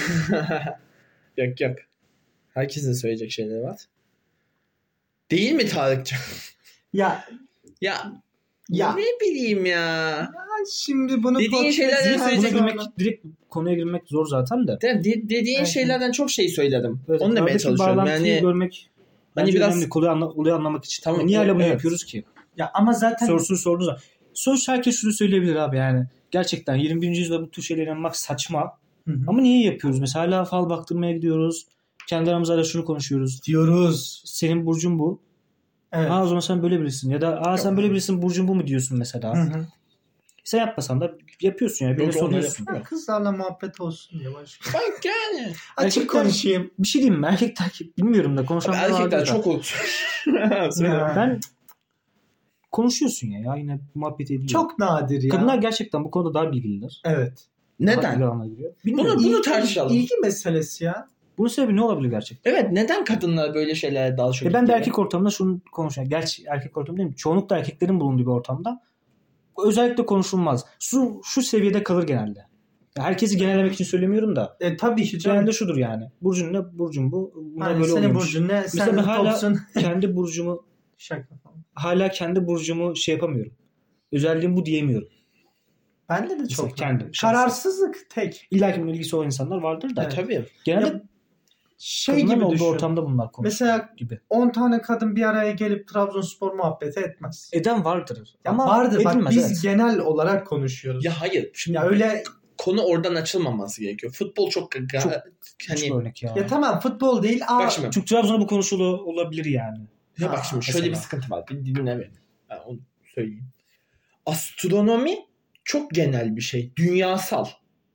Yok. Herkesin söyleyecek şeyleri var. Değil mi Tarık'cığım? Ya ne bileyim ya. Şimdi bunu dediğin şeylerden söyleyecek direkt konuya girmek zor zaten de. Dediğin şeylerden çok şey söyledim. Evet, onu demeye çalışıyorum. Yani görmek hani biraz önemli. Olayı anlamak için. Tamam, niye hala bunu evet. yapıyoruz ki? Ya ama zaten sorusunu sorduğunuz zaman sonuçta herkes şunu söyleyebilir abi yani. Gerçekten 21. yüzyılda bu tür şeylere inanmak saçma. Hı. Ama niye yapıyoruz? Mesela hala fal baktırmaya gidiyoruz. Kendi aramızda şunu konuşuyoruz. Diyoruz. Senin burcun bu. Evet. O zaman sen böyle birisin. Ya da sen böyle birisin, burcun bu mu diyorsun mesela. Hı. Sen yapmasan da yapıyorsun yani. Beni soruyorsun. Kızlarla muhabbet olsun diye başka. Bak yani. Açık konuşayım. Bir şey diyeyim mi? Erkekler bilmiyorum da konuşanlar vardır Erkekler da. çok unutuyor. Ben konuşuyorsun ya yine muhabbet ediyor. Çok nadir ya. Kadınlar gerçekten bu konuda daha bilgililer. Evet. Neden? Bunu tartışalım. İlgi meselesi ya. Bunun sebebi ne olabilir gerçekten? Evet, neden kadınlar böyle şeylere daha çok Ben de erkek ortamında şunu konuşuyorum. Gerçi erkek ortamı değil mi? Çoğunlukla erkeklerin bulunduğu bir ortamda özellikle konuşulmaz. Şu seviyede kalır genelde. Herkesi genellemek için söylemiyorum da. Tabii ki canım. Genelde şudur yani. Burcun ne? Burcun bu. Hani böyle senin burcun ne? Mesela Sen ben hala topsun. kendi burcumu Şaka falan. hala kendi burcumu şey yapamıyorum. Özelliğim bu diyemiyorum. Bende de çok. Kendim. Kararsızlık tek. İlla ki ilgisi olan insanlar vardır da. Evet. Tabii. Genelde Gibi olduğu düşün. ortamda bunlar konuşulur Mesela gibi. 10 tane kadın bir araya gelip Trabzonspor muhabbeti etmez. Eden vardır. Ya ama vardır. Bak edilmez, biz evet. genel olarak konuşuyoruz. Ya hayır. Şimdi Ya öyle konu oradan açılmaması gerekiyor. Futbol çok Küçük hani örnek ya. ya tamam futbol değil. bak şimdi. Çünkü Trabzon'da bu konuşulu olabilir yani. Ya bak şimdi şöyle mesela. bir sıkıntı var. Bir dinle beni. Ben onu söyleyeyim. Astronomi çok genel bir şey. Dünyasal.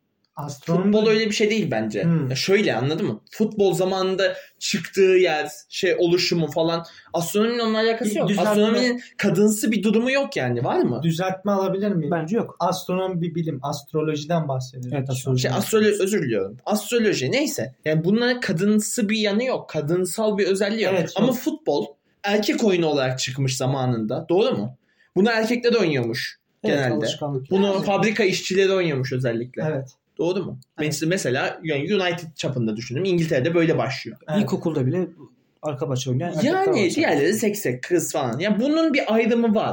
Futbol öyle bir şey değil bence. Ya şöyle, anladın mı? Futbol zamanında çıktığı yer, oluşumu falan. Astronominin onunla alakası yok. Astronominin kadınsı bir durumu yok yani. Var mı? Düzeltme alabilir miyim? Bence yok. Astronomi bir bilim. Astrolojiden bahsediyorum. Evet, astroloji. Özür diliyorum. Astroloji neyse. Yani bunların kadınsı bir yanı yok. Kadınsal bir özelliği yok. Evet, ama yok. futbol erkek oyunu olarak çıkmış zamanında. Doğru mu? Bunu erkekler de oynuyormuş genelde. Bunu Yani. fabrika işçileri oynuyormuş özellikle. Evet. Doğru mu? Evet. Mesela United çapında düşünün. İngiltere'de böyle başlıyor. Evet. İlkokulda bile arka bahçe oynayan erkekler var. Yani diğerleri seksek, kız falan. Yani bunun bir ayrımı var.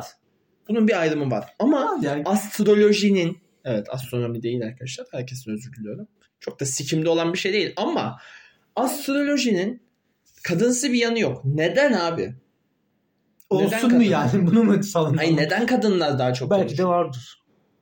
Ama Yani astrolojinin, evet astronomi değil arkadaşlar. Herkesin özür diliyorum. Çok da sikimde olan bir şey değil. Ama astrolojinin kadınsı bir yanı yok. Neden abi? olsun mu yani? Bunu mu savunalım? Hayır, neden kadınlar daha çok Belki konuşuyor? de vardır.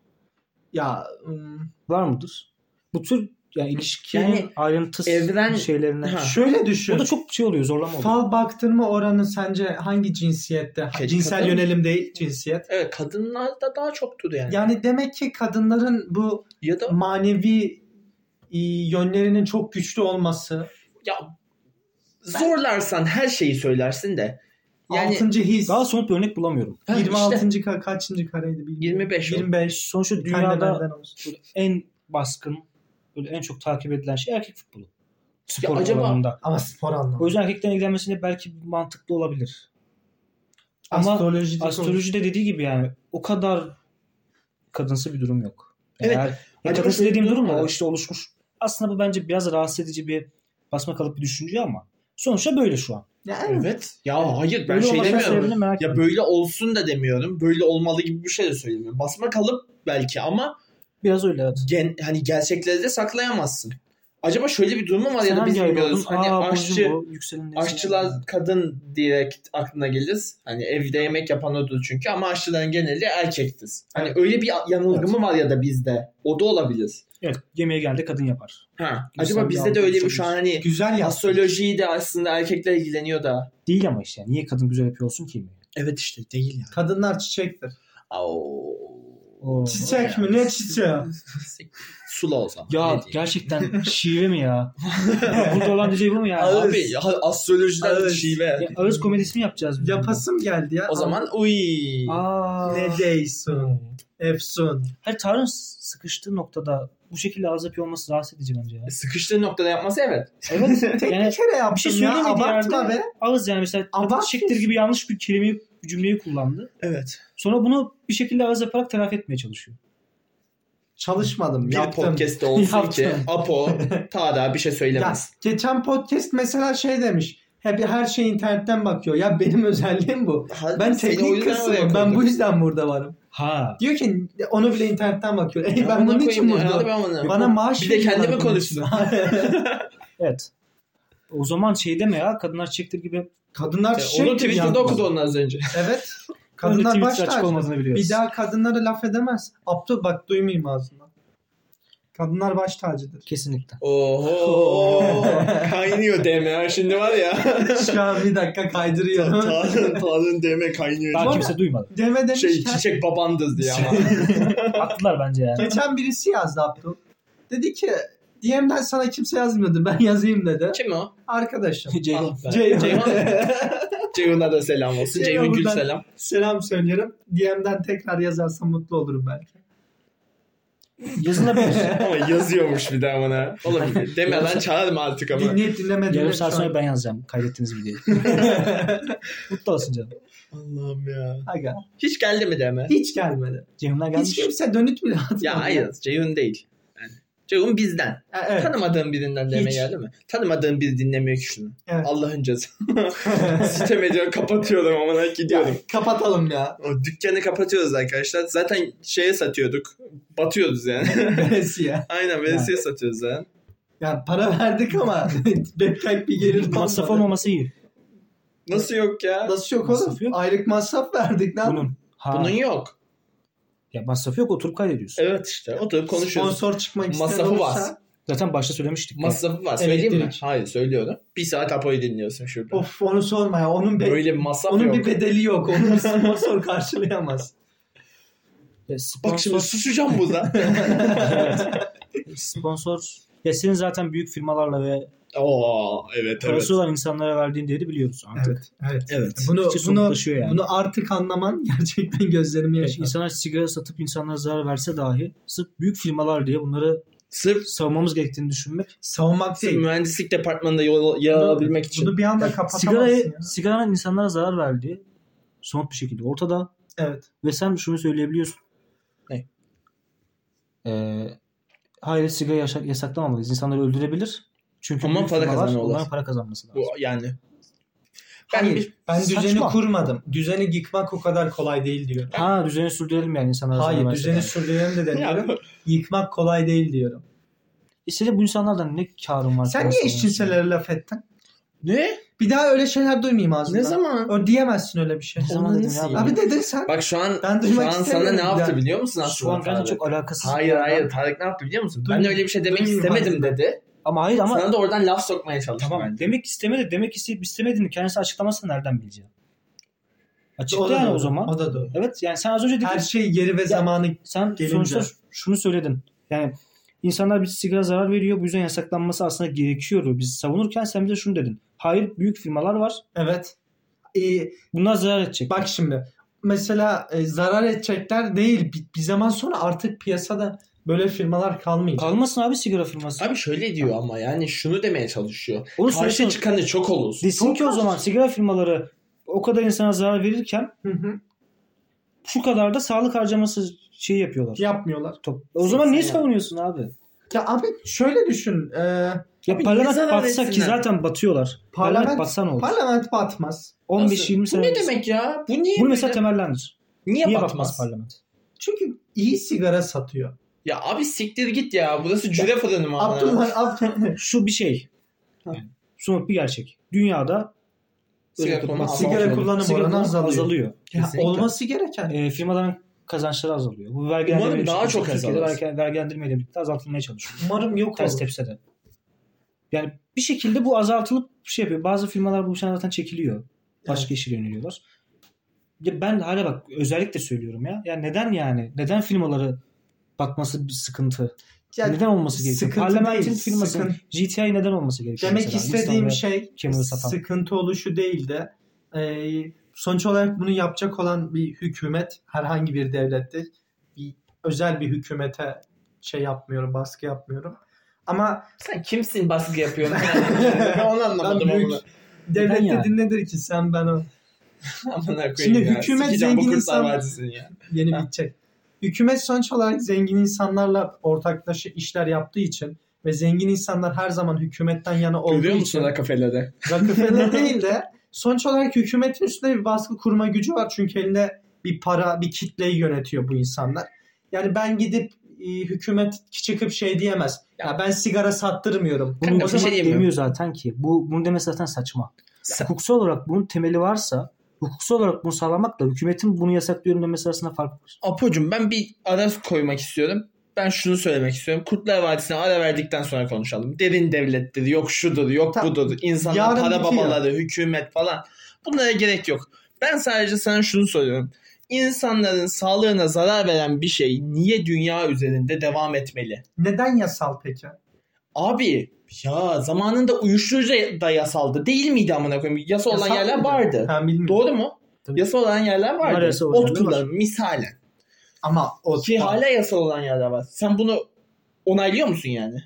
Ya Var mıdır? Bu tür yani ilişki Yani ayrıntısı evren- şeylerine. Ha. şöyle düşün. O da çok şey oluyor, zorlama oluyor. Fal baktırma oranı sence hangi cinsiyette? Cinsel kadın. yönelim değil, cinsiyet. Evet, kadınlarda daha çoktur yani. Yani demek ki kadınların bu Ya da manevi yönlerinin çok güçlü olması. ya zorlarsan her şeyi söylersin de. Yani 6. his. Daha somut bir örnek bulamıyorum. 26. kaçıncı kareydi bilmiyorum. 25 o. 25. Sonuçta Kendi dünyada benden olsun. en baskın, böyle en çok takip edilen şey erkek futbolu. Spor acaba- alanında. Ama spor anlamında. O yüzden erkeklerin ilgilenmesine belki mantıklı olabilir. Ama astrolojide dediği gibi yani o kadar kadınsı bir durum yok. Yani Evet. Acaba kadınsı şöyle dediğim bir durum durum da var. o işte oluşmuş. Aslında bu bence biraz rahatsız edici bir basma kalıp bir düşünce ama sonuçta böyle şu an. Ya evet. Ya hayır, ben Böyle şey olmasının demiyorum. sebebini merak Ya ediyorum. böyle olsun da demiyorum. Böyle olmalı gibi bir şey de söylemiyorum. Basma kalıp belki ama Biraz öyle evet. hani gerçekleri de saklayamazsın. Acaba şöyle bir durum mu var ya Sen da biz hangi ay bilmiyoruz. oldun? Hani burcum bu, yükselenin neyse aşçılar yani. kadın direkt aklına gelir. Hani evde yemek yapan odur çünkü, ama aşçıların geneli erkektir. Hani Evet. öyle bir yanılgı mı var ya da bizde? O da olabilir. Evet, yemeğe geldi kadın yapar. Acaba İnsan bizde bir de öyle bir algı şu an hani güzel yaptın. astrolojiyi de aslında erkekler ilgileniyor da. Değil ama işte. Niye kadın güzel yapıyor olsun ki yemeği? Evet işte değil yani. Kadınlar çiçektir. Oo. Çiçek mi? Ne çiçeği? Sula o zaman. Ya Ne diyeyim? gerçekten şive mi ya? Burada olan DJ bu mu ya? Ağız. Abi astrolojiden Ağız. şive. Ya, ağız komedisi mi yapacağız biz? Yapasım geldi ya. O zaman uy. Aa. Ne değilsin. Efsun. Hayır, Tanrı'nın sıkıştığı noktada bu şekilde ağız yapıyor olması rahatsız edici bence ya. Sıkıştığı noktada yapması evet. Evet. Tek yani bir kere yaptım bir şey ya. söylemediği Abartma yerde be. ağız yani mesela Abartma. çektir gibi yanlış bir kelimeyi, cümleyi kullandı. Evet. Sonra bunu bir şekilde ağız yaparak telafi etmeye çalışıyor. Çalışmadım. Bir Yaptım. podcast'te olsun Yaptım. ki Apo ta da bir şey Ya, söylemez. geçen podcast mesela şey demiş. Her şey internetten bakıyor. Ya benim özelliğim bu. Ben Seni o teknik yüzden oraya kısmım. Ben koydum. bu yüzden burada varım. Ha. Diyor ki onu bile internetten bakıyor. Ya Ben bunun için koyayım ya, hadi buradayım. ben bunu- Bana maaş Bir de kendimi veriyorlar bunun konuşsun. için. Evet. O zaman şey deme ya, kadınlar çektir gibi. Kadınlar çiçek Onu Twitter'da okudu onun az önce. Evet. Kadınlar baş açık tacıdır. olmadığını biliyoruz. Bir daha kadınlara laf edemez. Abdü bak duymayayım ağzından. Kadınlar baş tacıdır. Kesinlikle. Oho. Kaynıyor DM şimdi var ya. Şu an bir dakika kaydırıyorum. Tanrı'nın DM kaynıyor. Daha kimse duymadı. Deme demişken. Çiçek babandız diye ama. Haklılar bence yani. Geçen birisi yazdı Abdü. Dedi ki DM'den sana kimse yazmıyordu. Ben yazayım dedi. Kim o? Arkadaşım. Ceyhun. Ceyhun. Ceyhun'a da selam olsun. Ceyhun Gül selam. Selam söylüyorum. DM'den tekrar yazarsam mutlu olurum belki. Yazılabilir. Ama yazıyormuş bir daha bana. Oğlum deme lan çağırma artık ama. Dinleyip dinlemediğini Yarım saat sonra ben yazacağım kaydettiğiniz videoyu. Mutlu olsun canım. Allah'ım ya. Aga. Hiç geldi mi deme? Hiç gelmedi. Ceyhun'dan gelmiş. Hiç kimse dönüt bile atmadı. Ya hayır Ceyhun değil. Yani, Ceyhun bizden. Evet. Tanımadığın birinden deme Hiç. geldi mi? Tanımadığın biri dinlemiyor ki şunu. Evet. Allah'ın cezası. Sitem ediyorum kapatıyorum ama gidiyorum. Ya, kapatalım ya. O dükkanı kapatıyoruz arkadaşlar. Zaten şeye satıyorduk. Batıyoruz yani. Veresiye. Aynen veresiye satıyoruz yani. Ya para verdik ama pek bir gelir Masraf olmadı. olmaması iyi. Nasıl yok ya? Nasıl yok oğlum? Masraf yok. Aylık masraf verdik. Ne yapalım? Bunun. Ha. Bunun yok. Ya masrafı yok, oturup kaydediyorsun. Evet işte oturup konuşuyoruz. Sponsor çıkmak isteyen Masrafı olursa. var. Zaten başta söylemiştik. Masrafı var. Söyleyeyim mi? Elektrik. Hayır söylüyorum. Bir saat Apo'yu dinliyorsun şurada. Of onu sorma ya. Onun Böyle bir masraf onun yok. bir bedeli yok. Onu bir sponsor karşılayamaz. Ya Bak şimdi susacağım burada. Sponsor. Ya senin zaten büyük firmalarla ve Oo evet parası evet. olan insanlara verdiğin değeri biliyoruz artık. Evet. Evet. Bunu İçi somutlaşıyor yani. bunu artık anlaman gerçekten gözlerimi Evet, yaşar. insanlar sigara satıp insanlara zarar verse dahi sırf büyük firmalar diye bunları Sırf savunmamız gerektiğini düşünmek. Savunmak değil. mühendislik departmanında yer alabilmek için. Bunu bir anda kapatamazsın ya. Sigaranın insanlara zarar verdiği somut bir şekilde ortada Evet. ve sen şunu söyleyebiliyorsun. Ne? Hayır sigara yasaklamalıyız. İnsanları öldürebilir. Çünkü Ama büyük para firmalar kazanıyorlar. onların para kazanması lazım. Bu yani. Hayır. Ben düzeni Saçma. kurmadım. Düzeni yıkmak o kadar kolay değil diyorum. Ha düzeni sürdürelim yani insanlara zarar Hayır verse düzeni dahi. sürdürelim de demiyorum. Ya, Yıkmak kolay değil diyorum. İşte bu insanlardan ne karın var? Sen niye eşcinselere laf ettin? ne? Bir daha öyle şeyler duymayayım ağzından. Ne zaman? O diyemezsin öyle bir şey. Ne zaman dedim ya? Abi dedin sen. Bak şu an Ben şu duymak an sana istemiyorum ne yaptı yani. biliyor musun aslında? Şu an gerçekten Tarık? çok alakasız. Hayır Tarık ne yaptı biliyor musun? Ben Duymayayım. öyle bir şey demek Duymayayım istemedim aslında. dedi. Ama hayır ama Sana da oradan laf sokmaya çalıştı tamam bence. demek istemedi. Demek isteyip istemediğini kendisi açıklamasını nereden bileceğim? Açıkla O da yani doğru. o zaman. O da doğru. Evet yani sen az önce dedin. Her şey yeri ve zamanı Sen gelince. sonuçta şunu söyledin. Yani insanlar bir sigara zarar veriyor. Bu yüzden yasaklanması aslında gerekiyordu. Biz savunurken sen bize şunu dedin. Hayır büyük firmalar var. Evet. Bunlar zarar edecek. Bak şimdi mesela zarar edecekler değil. Bir zaman sonra artık piyasada böyle firmalar kalmayacak. Kalmasın abi sigara firması. Abi şöyle diyor ama yani şunu demeye çalışıyor. Onu Karşı söylesene. çıkanı çok olur. Desin ki o zaman sigara firmaları o kadar insana zarar verirken Hı hı. şu kadar da sağlık harcaması şey yapıyorlar. Yapmıyorlar. O zaman niye ya. savunuyorsun abi? Ya abi şöyle düşün. Ya Abi parlament niye zarar batsa ki etsinler? zaten batıyorlar. Parlament batsa ne olur? Parlament batmaz. 15-20 Bu sene. ne demek ya? Bu niye? Bunu mesela böyle? temellendir. Niye Niye batmaz? batmaz parlament? Çünkü iyi sigara satıyor. Ya abi siktir git ya. Burası cüre fırını mı? Abdullah Şu bir şey. Yani, somut bir gerçek. Dünyada Sigara öyle kullanımı tutmak- Sigara kullanımı sigara oranı kullanımı azalıyor. Ya, Kesinlikle. olması gereken. Firmaların kazançları azalıyor. Bu Umarım vergilendirme daha çok Türkiye'de azalır. vergilendirmeyle birlikte azaltılmaya çalışıyor. Umarım yok Ters olur. tepse de. Yani bir şekilde bu azaltılıp şey yapıyor. Bazı firmalar bu işten zaten çekiliyor. Başka işe yöneliyorlar. Ya ben hala bak özellikle söylüyorum ya. Ya neden yani? Neden firmaları batması bir sıkıntı? Yani neden olması gerekiyor? sıkıntı Parlamentin değil, firması sıkıntı. GTI neden olması gerekiyor? Demek mesela? istediğim Hindistan ve şey Kemal'i satan. sıkıntı oluşu değil de sonuç olarak bunu yapacak olan bir hükümet, herhangi bir devlette bir özel bir hükümete şey yapmıyorum, baskı yapmıyorum. Ama Sen kimsin baskı yapıyorsun? Ben onu anlamadım ben büyük onu. devlet yani? dediğin nedir ki sen ben o Amına koyayım Şimdi ya. hükümet Sikeceğim bu zengin Kurtlar insan- Vadisi'ni ya. yeni Ha. bitecek. Hükümet sonuç olarak zengin insanlarla ortaklaşa işler yaptığı için ve zengin insanlar her zaman hükümetten yana olduğu Görüyor için musun Rockefeller'de? Rockefeller değil de sonuç olarak hükümetin üstünde bir baskı kurma gücü var. Çünkü elinde bir para, bir kitleyi yönetiyor bu insanlar. Yani ben gidip hükümet çıkıp şey diyemez. Ya ben sigara sattırmıyorum. Bunu Kanka, o bir şey zaman diyeyim mi? demiyor zaten ki. Bunu demesi zaten saçma. Hukuksal olarak bunun temeli varsa hukuksal olarak bunu sağlamakla hükümetin bunu yasaklıyorum demesi arasında fark var. Apo'cum ben bir ara koymak istiyorum. Ben şunu söylemek istiyorum. Kurtlar Vadisi'ne ara verdikten sonra konuşalım. Derin devlettir, yok şudur, yok budur. İnsanlar, Yarın para bitiyor. babaları, hükümet falan. Bunlara gerek yok. Ben sadece sana şunu soruyorum. İnsanların sağlığına zarar veren bir şey niye dünya üzerinde devam etmeli? Neden yasal peki? Abi ya zamanında uyuşturucu da yasaldı. Değil miydi amına koyayım? Yasa olan Yasal yerler mıydı? vardı. Ben bilmiyorum. Doğru mu? Tabii. Yasa olan yerler vardı. yasa olan Ot yerler var. kullanımı misalen. Ama o Ki hala yasal olan yerler var. Sen bunu onaylıyor musun yani?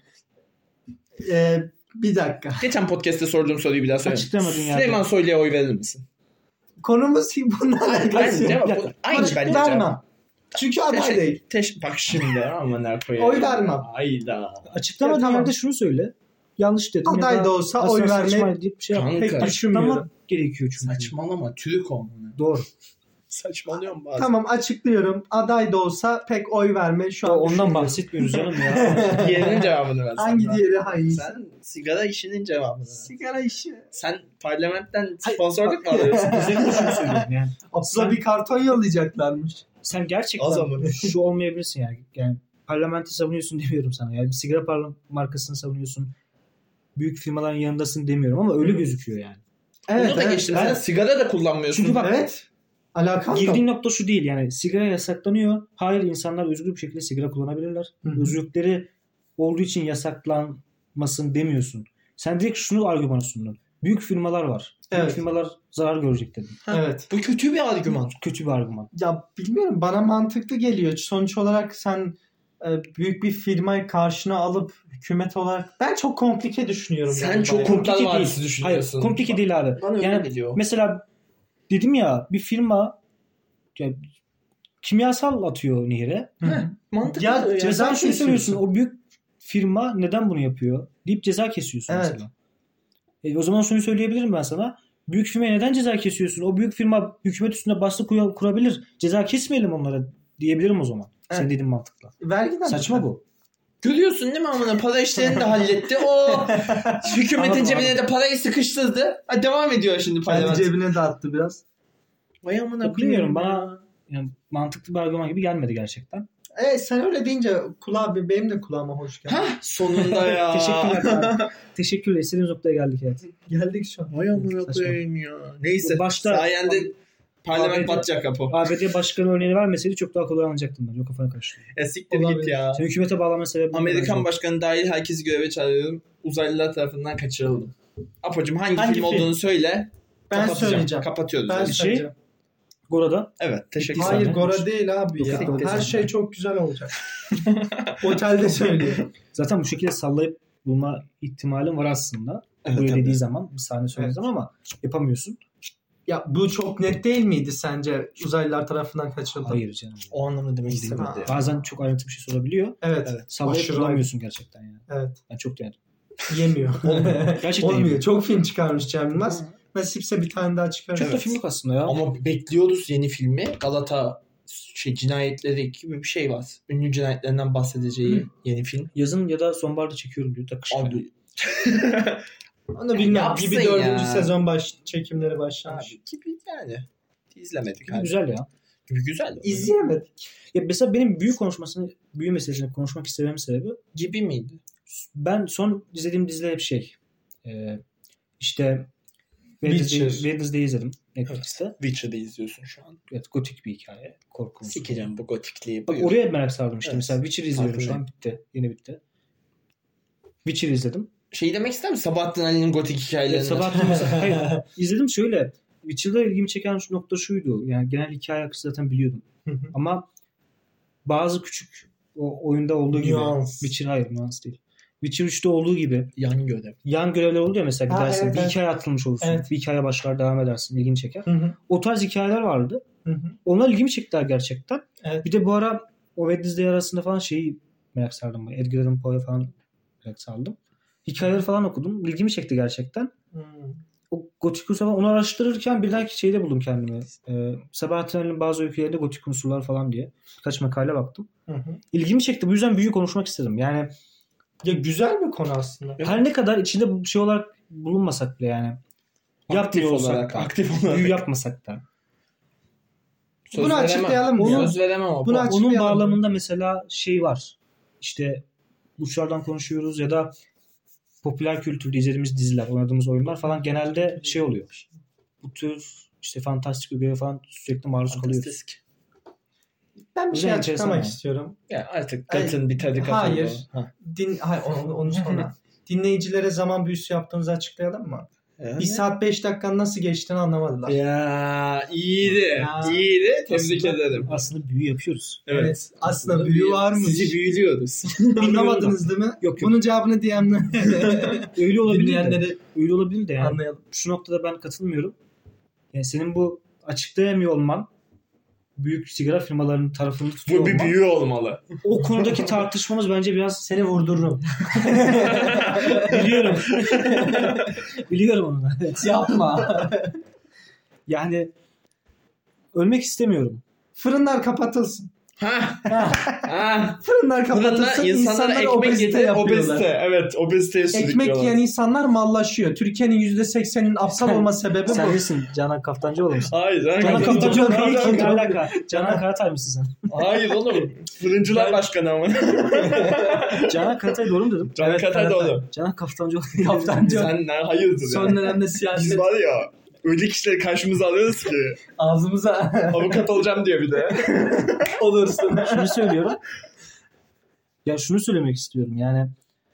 Bir dakika. Geçen podcast'te sorduğum soruyu bir daha söyle. Açıklamadın yani. Süleyman Soylu'ya oy verir misin? Konumuz bununla alakası yok. Aynı bence. Vermem. Çünkü aday değil. Bak şimdi amına koyayım. Oy vermem. Hayda. Açıklamadığın Ya tamam. yerde şunu söyle. Yanlış dedim. Aday ya da olsa aslında oy verme saçma deyip bir şey yapma. Kanka. pek Açıklamak düşünmüyorum. gerekiyor çünkü. Saçmalama. Türk olmanı. Doğru. Saçmalıyorum bazen. Tamam açıklıyorum. Aday da olsa pek oy verme şu an Ondan düşünmüyorum. bahsetmiyoruz canım ya. Diğerinin cevabını ver. Hangi sen diğeri hangisi? Sen sigara işinin cevabını ver. Sigara işi. Sen parlamentten sponsorluk mu alıyorsun? Özellikle şunu söylüyorum yani. Abla bir karton yollayacaklarmış. Sen O gerçekten zaman. şu olmayabilirsin yani. Yani parlamenti savunuyorsun demiyorum sana. Yani bir sigara markasını savunuyorsun. Büyük firmaların yanındasın demiyorum ama öyle gözüküyor yani. Evet, Onu da geçtim. Sen sigara da kullanmıyorsun. Çünkü bak Evet. Alakam yok. girdiğin nokta şu değil yani sigara yasaklanıyor. Hayır insanlar özgür bir şekilde sigara kullanabilirler. Hı. Özgürlükleri olduğu için yasaklanmasın demiyorsun. Sen direkt şunu argümanı sundun. Büyük firmalar var. Büyük Evet. firmalar zarar görecek dedin. Evet. Bu kötü bir argüman. Kötü bir argüman. Ya bilmiyorum bana mantıklı geliyor. Sonuç olarak sen büyük bir firmayı karşına alıp hükümet olarak ben çok komplike düşünüyorum. Sen yani çok bayağı. Kurtlar Komplike Vadisi değil. düşünüyorsun. Hayır komplike değil abi. Bana öyle Yani geliyor. mesela dedim ya bir firma ya, kimyasal atıyor nehire. Hı. Mantıklı. Ya, yani. ceza Sen şunu söylüyorsun kesiyorsun. o büyük firma neden bunu yapıyor deyip ceza kesiyorsun Evet. mesela. O zaman şunu söyleyebilirim ben sana. Büyük firmaya neden ceza kesiyorsun? O büyük firma hükümet üstünde baskı kurabilir. Ceza kesmeyelim onlara diyebilirim o zaman. Evet. Senin dediğin mantıkla. Vergiden Saçma bu. Görüyorsun değil mi amına? Para işlerini de halletti. O hükümetin Anladım, cebine anladım. de parayı sıkıştırdı. Ha, devam ediyor şimdi Kendi para. cebine de attı biraz. Vay amına Bilmiyorum koyayım. bana yani mantıklı bir argüman gibi gelmedi gerçekten. Sen öyle deyince benim de kulağıma hoş geldi. Hah sonunda ya. Teşekkürler. Teşekkürler. İstediğimiz noktaya geldik evet. Geldik şu an. Vay amına Saçma. koyayım ya. Neyse. Başta- sayende parlament ABD batacak kapı. ABD başkanı örneğini vermeseydi çok daha kolay anlayacaktım ben. Yok kafana karıştı. Siktir Olabilir. git ya. Sen hükümete bağlama sebebi Amerikan başkanı dahil herkesi göreve çağırıyorum. Uzaylılar tarafından kaçırıldım. Apocuğum hangi Hangi film film? olduğunu söyle. Ben Kapatacağım. söyleyeceğim. Kapatıyoruz. Ben yani. söyleyeceğim. Gora'da. Evet teşekkür Hayır, ederim. Hayır Gora değil abi Yok, ya. yok, yok. Her şey çok güzel olacak. Otelde söylüyorum. Zaten bu şekilde sallayıp bulma ihtimalin var aslında. Evet, Böyle tabii. dediği zaman bir sahne söylediği Evet. zaman ama yapamıyorsun. Ya bu çok net değil miydi sence uzaylılar tarafından kaçırıldı? Hayır canım. O anlamda demek Değil. istemedi. Ha. Bazen çok ayrıntı bir şey sorabiliyor. Evet. Evet. Sallayıp Aşırı bulamıyorsun gerçekten yani. Evet. Ben çok denedim. Yemiyor. Gerçekten Olmuyor. yemiyor. Çok film çıkarmış Cem Yılmaz. Nasipse bir tane daha çıkarır. Çok da Evet. film yok aslında ya. Ama bekliyoruz yeni filmi. Galata cinayetleri gibi bir şey var. Ünlü cinayetlerinden bahsedeceği yeni film. Yazın ya da sonbaharda çekiyorum diyor. Da kış günü. Abi. Onu bilmem. Yapsın Gibi 4. ya. sezon çekimleri başlamış. Abi gibi yani. İzlemedik. Gibi abi. güzel ya. Gibi güzel. İzleyemedik. Ya mesela benim büyü meselesini konuşmak istememin sebebi Gibi miydi? ben son izlediğim diziler hep şey işte Witcher. Wednesday'i izledim Netflix'te. Witcher'da izliyorsun şu an. Evet gotik bir hikaye. Korkunç. Sikeceğim bu gotikliği. Bak Buyur. oraya merak sardım işte. Evet. Mesela Witcher izliyorum şu an bitti. Yeni bitti. Witcher izledim. Şey demek ister misin? Sabahattin Ali'nin gotik hikayelerini. Sabahattin mesela hayır, izledim şöyle. Witcher'da ilgimi çeken şu nokta şuydu. Yani genel hikaye akışı zaten biliyordum. Ama bazı küçük o oyunda olduğu gibi. Nüans. Witcher hayır nüans değil. Witcher 3'te olduğu gibi Yan görev. yan görevler oluyor mesela Ha, gidersin. evet, bir evet. hikaye atılmış olursun. Evet. Bir hikaye başlar devam edersin. İlgini çeker. Hı hı. O tarz hikayeler vardı. Hı hı. Onlar ilgimi çektiler gerçekten. Evet. Bir de bu ara o Wednesday arasında falan şeyi merak sardım. Edgar Allan Poe'ya falan merak sardım. Hikayeleri falan okudum. İlgimi çekti gerçekten. Hmm. O gotik unsur falan onu araştırırken birden şeyde buldum kendimi. Sabahattin Ali'nin bazı öykülerinde gotik unsurlar falan diye birkaç makale baktım. Hı hı. İlgimi çekti. Bu yüzden büyük konuşmak istedim. Yani Ya güzel bir konu aslında. her ne kadar içinde bu şey olarak bulunmasak bile yani Yapmıyor olsak, olarak, aktif olarak. büyü yapmasak da. Bunu açıklayalım mı? Söz veremem ama. Bunu Onun açıklayalım. bağlamında mesela şey var. İşte burçlardan konuşuyoruz ya da popüler kültürde izlediğimiz diziler, oynadığımız oyunlar falan genelde şey oluyor. Bu tür işte fantastik ögeye falan sürekli maruz kalıyoruz. Ben bir şey Güzel, açıklamak enteresan istiyorum. Ya artık katın bir tadı katın. Hayır. Ha. Hayır onu sonra. Dinleyicilere zaman büyüsü yaptığımızı açıklayalım mı? Yani. 1 saat 5 dakikanın nasıl geçtiğini anlamadılar. Ya iyiydi. Ya. İyiydi. Tebrik ederim. Aslında büyü yapıyoruz. Evet. Aslında büyü varmış. Sizi büyülüyoruz. Anlamadınız değil mi? Yok. Bunun cevabını DM'le Öyle olabilir de. dinleyenleri Öyle olabilir de yani. anlayalım. Şu noktada ben katılmıyorum. Yani senin bu açıklayamıyor olman büyük sigara firmalarının tarafını tutuyor Bu bir olman. büyü olmalı. O konudaki tartışmamız bence biraz Seni vurdururum. biliyorum. Biliyorum onu da. Evet. Yapma. Yani ölmek istemiyorum. Fırınlar kapatılsın. Ha. Fırınlar Fırında kapatılsın. insanlara ekmek obezite getir. yapıyorlar. Obezite. Evet. Obeziteye Ekmek sürüklüyorlar. yiyen insanlar mallaşıyor. Türkiye'nin %80'inin aptal olma sebebi bu. Sen nesin? Canan Kaftancıoğlu musun? Hayır. Canan Canan Kaftancıoğlu Kaftancıoğlu. ne alaka? Canan Karatay mısın sen? Hayır oğlum. Fırıncılar başkanı ama. Canan Karatay doğru mu dedim? Canan Evet, Katay da Karatay. oğlum. Canan Kaftancıoğlu. Kaftancıoğlu. Sen ne hayırdır Son ya. dönemde Biz siyaset var ya öyle kişileri karşımıza alıyoruz ki. ağzımıza Avukat olacağım diyor bir de. olursun. Şunu söylüyorum. Ya şunu söylemek istiyorum. Yani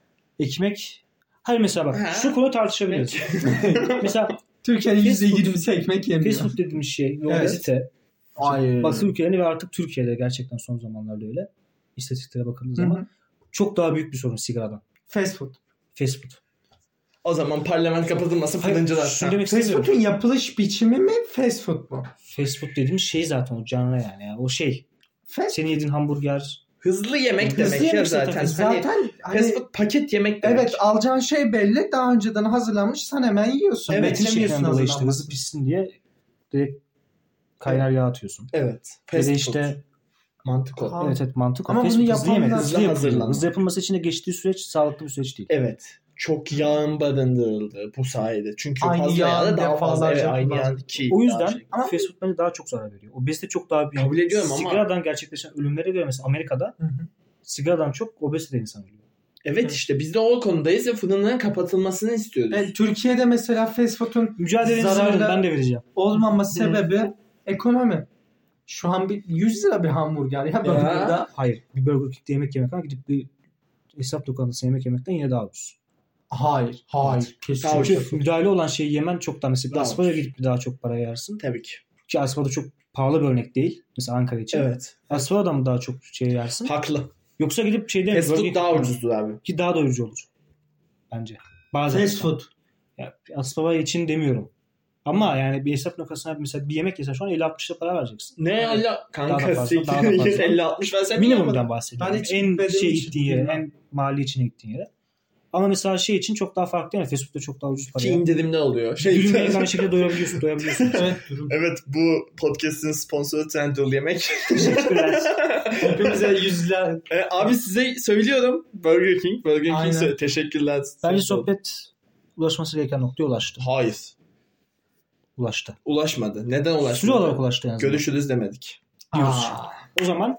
ekmek... Hayır mesela bak. Ha? Şu konu tartışabiliriz. Mesela Türkiye'nin Fast food. %20'si ekmek yemiyor. fast food dediğimiz şey Evet. obezite. Hayır. Batı ülkelerinde ve artık Türkiye'de gerçekten son zamanlarda öyle. İstatistiklere bakıldığı Hı zaman hı. çok daha büyük bir sorun sigaradan. Fast food. Fast food. O zaman parlament kapatılmasın fırıncılar. Şunu demek Fast istemiyorum. food'un yapılış biçimi mi fast food mu? Fast food dediğimiz şey zaten o canlı yani. O şey. Fast Senin yediğin hamburger. Hızlı yemek Hızlı demek ya yemek zaten. zaten. zaten Fast hani food paket yemek demek. evet alacağın şey belli. Daha önceden hazırlanmış. Sen hemen yiyorsun. Evet, Beklemiyorsun Şeyden dolayı işte hazırlanmasını. hızlı pişsin diye direkt kaynar yağ atıyorsun. Evet. Ve Fast de food. işte Mantık o. Ha. evet mantık o. Ama Fast bunu food hızlı yemek. yapanlar- Hızlı Hızlı yapılıyor. hazırlanma. Hızlı yapılması için de geçtiği süreç sağlıklı bir süreç değil. Evet. Çok yağın barındırıldı bu sayede. Çünkü Aynı fazla yağın yağda daha fazla. Evet, defalarca aynı kullanıldı. yağın iki. O yüzden Ama- fast food bence daha çok zarar veriyor. Obezite çok daha büyük. Kabul ediyorum ama- Sigaradan gerçekleşen ölümlere göre mesela Amerika'da Hı hı. sigaradan çok obezite insan ölüyor. Evet işte biz de o konudayız ve fırınların kapatılmasını istiyoruz. Evet, Türkiye'de mesela fast food'un Mücadelenin zararlı ben de vereceğim. olmama sebebi ekonomi. Şu an bir 100 lira bir hamburger ya burgerda. Hayır. Bir Burger King'de yemek yemek ama gidip bir hesap lokantasında yemek yemekten yine daha ucuz. Hayır. Kesinlikle. Daha ucuz. Çünkü müdahale olan şeyi yemen çok daha mesela Daha Aspava'ya ucuz. gidip daha çok para yersin. Tabii ki. Ki Aspava da çok pahalı bir örnek değil. Mesela Ankara için. Evet. Aspava'da mı daha çok şey yersin? Haklı. Yoksa gidip şeyde Fast Burger food King- daha ucuzdur abi. Ki daha da ucuz olur. Bence. Bazen. Fast food. Ya, Aspava için demiyorum. Ama yani bir hesap noktasına mesela bir yemek yesen şu an 50-60 lira para vereceksin. Ne ala Daha da kanka fazla, daha da fazla. 50-60 versen Minimumdan bahsediyorum. Ben hiç en gitmediğim şey için gittiğin yere, bilmem. en mali için gittiğin yere. Ama mesela şey için çok daha farklı yani. Facebook'ta çok daha ucuz para. ki indirimli oluyor. Dürümle aynı şekilde doyabiliyorsun. Evet durum. Evet bu podcast'in sponsoru Trendyol yemek. Teşekkürler. Hepimize 100 lira. Abi size söylüyorum Burger King. Aynen. Teşekkürler. Bence sohbet ulaşması gereken noktaya ulaştı. Hayır. Ulaştı. Ulaşmadı. Neden ulaşmadı? Süre olarak ulaştı yani. Görüşürüz demedik. Diyoruz. O zaman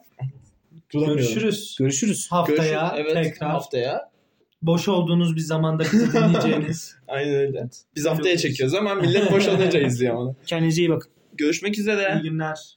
Görüşürüz. görüşürüz. Haftaya Evet, tekrar. haftaya. Boş olduğunuz bir zamanda bizi dinleyeceğiniz. Aynen öyle. Biz haftaya çekiyoruz ama millet boş olunca izliyor onu. Kendinize iyi bakın. Görüşmek üzere. İyi günler.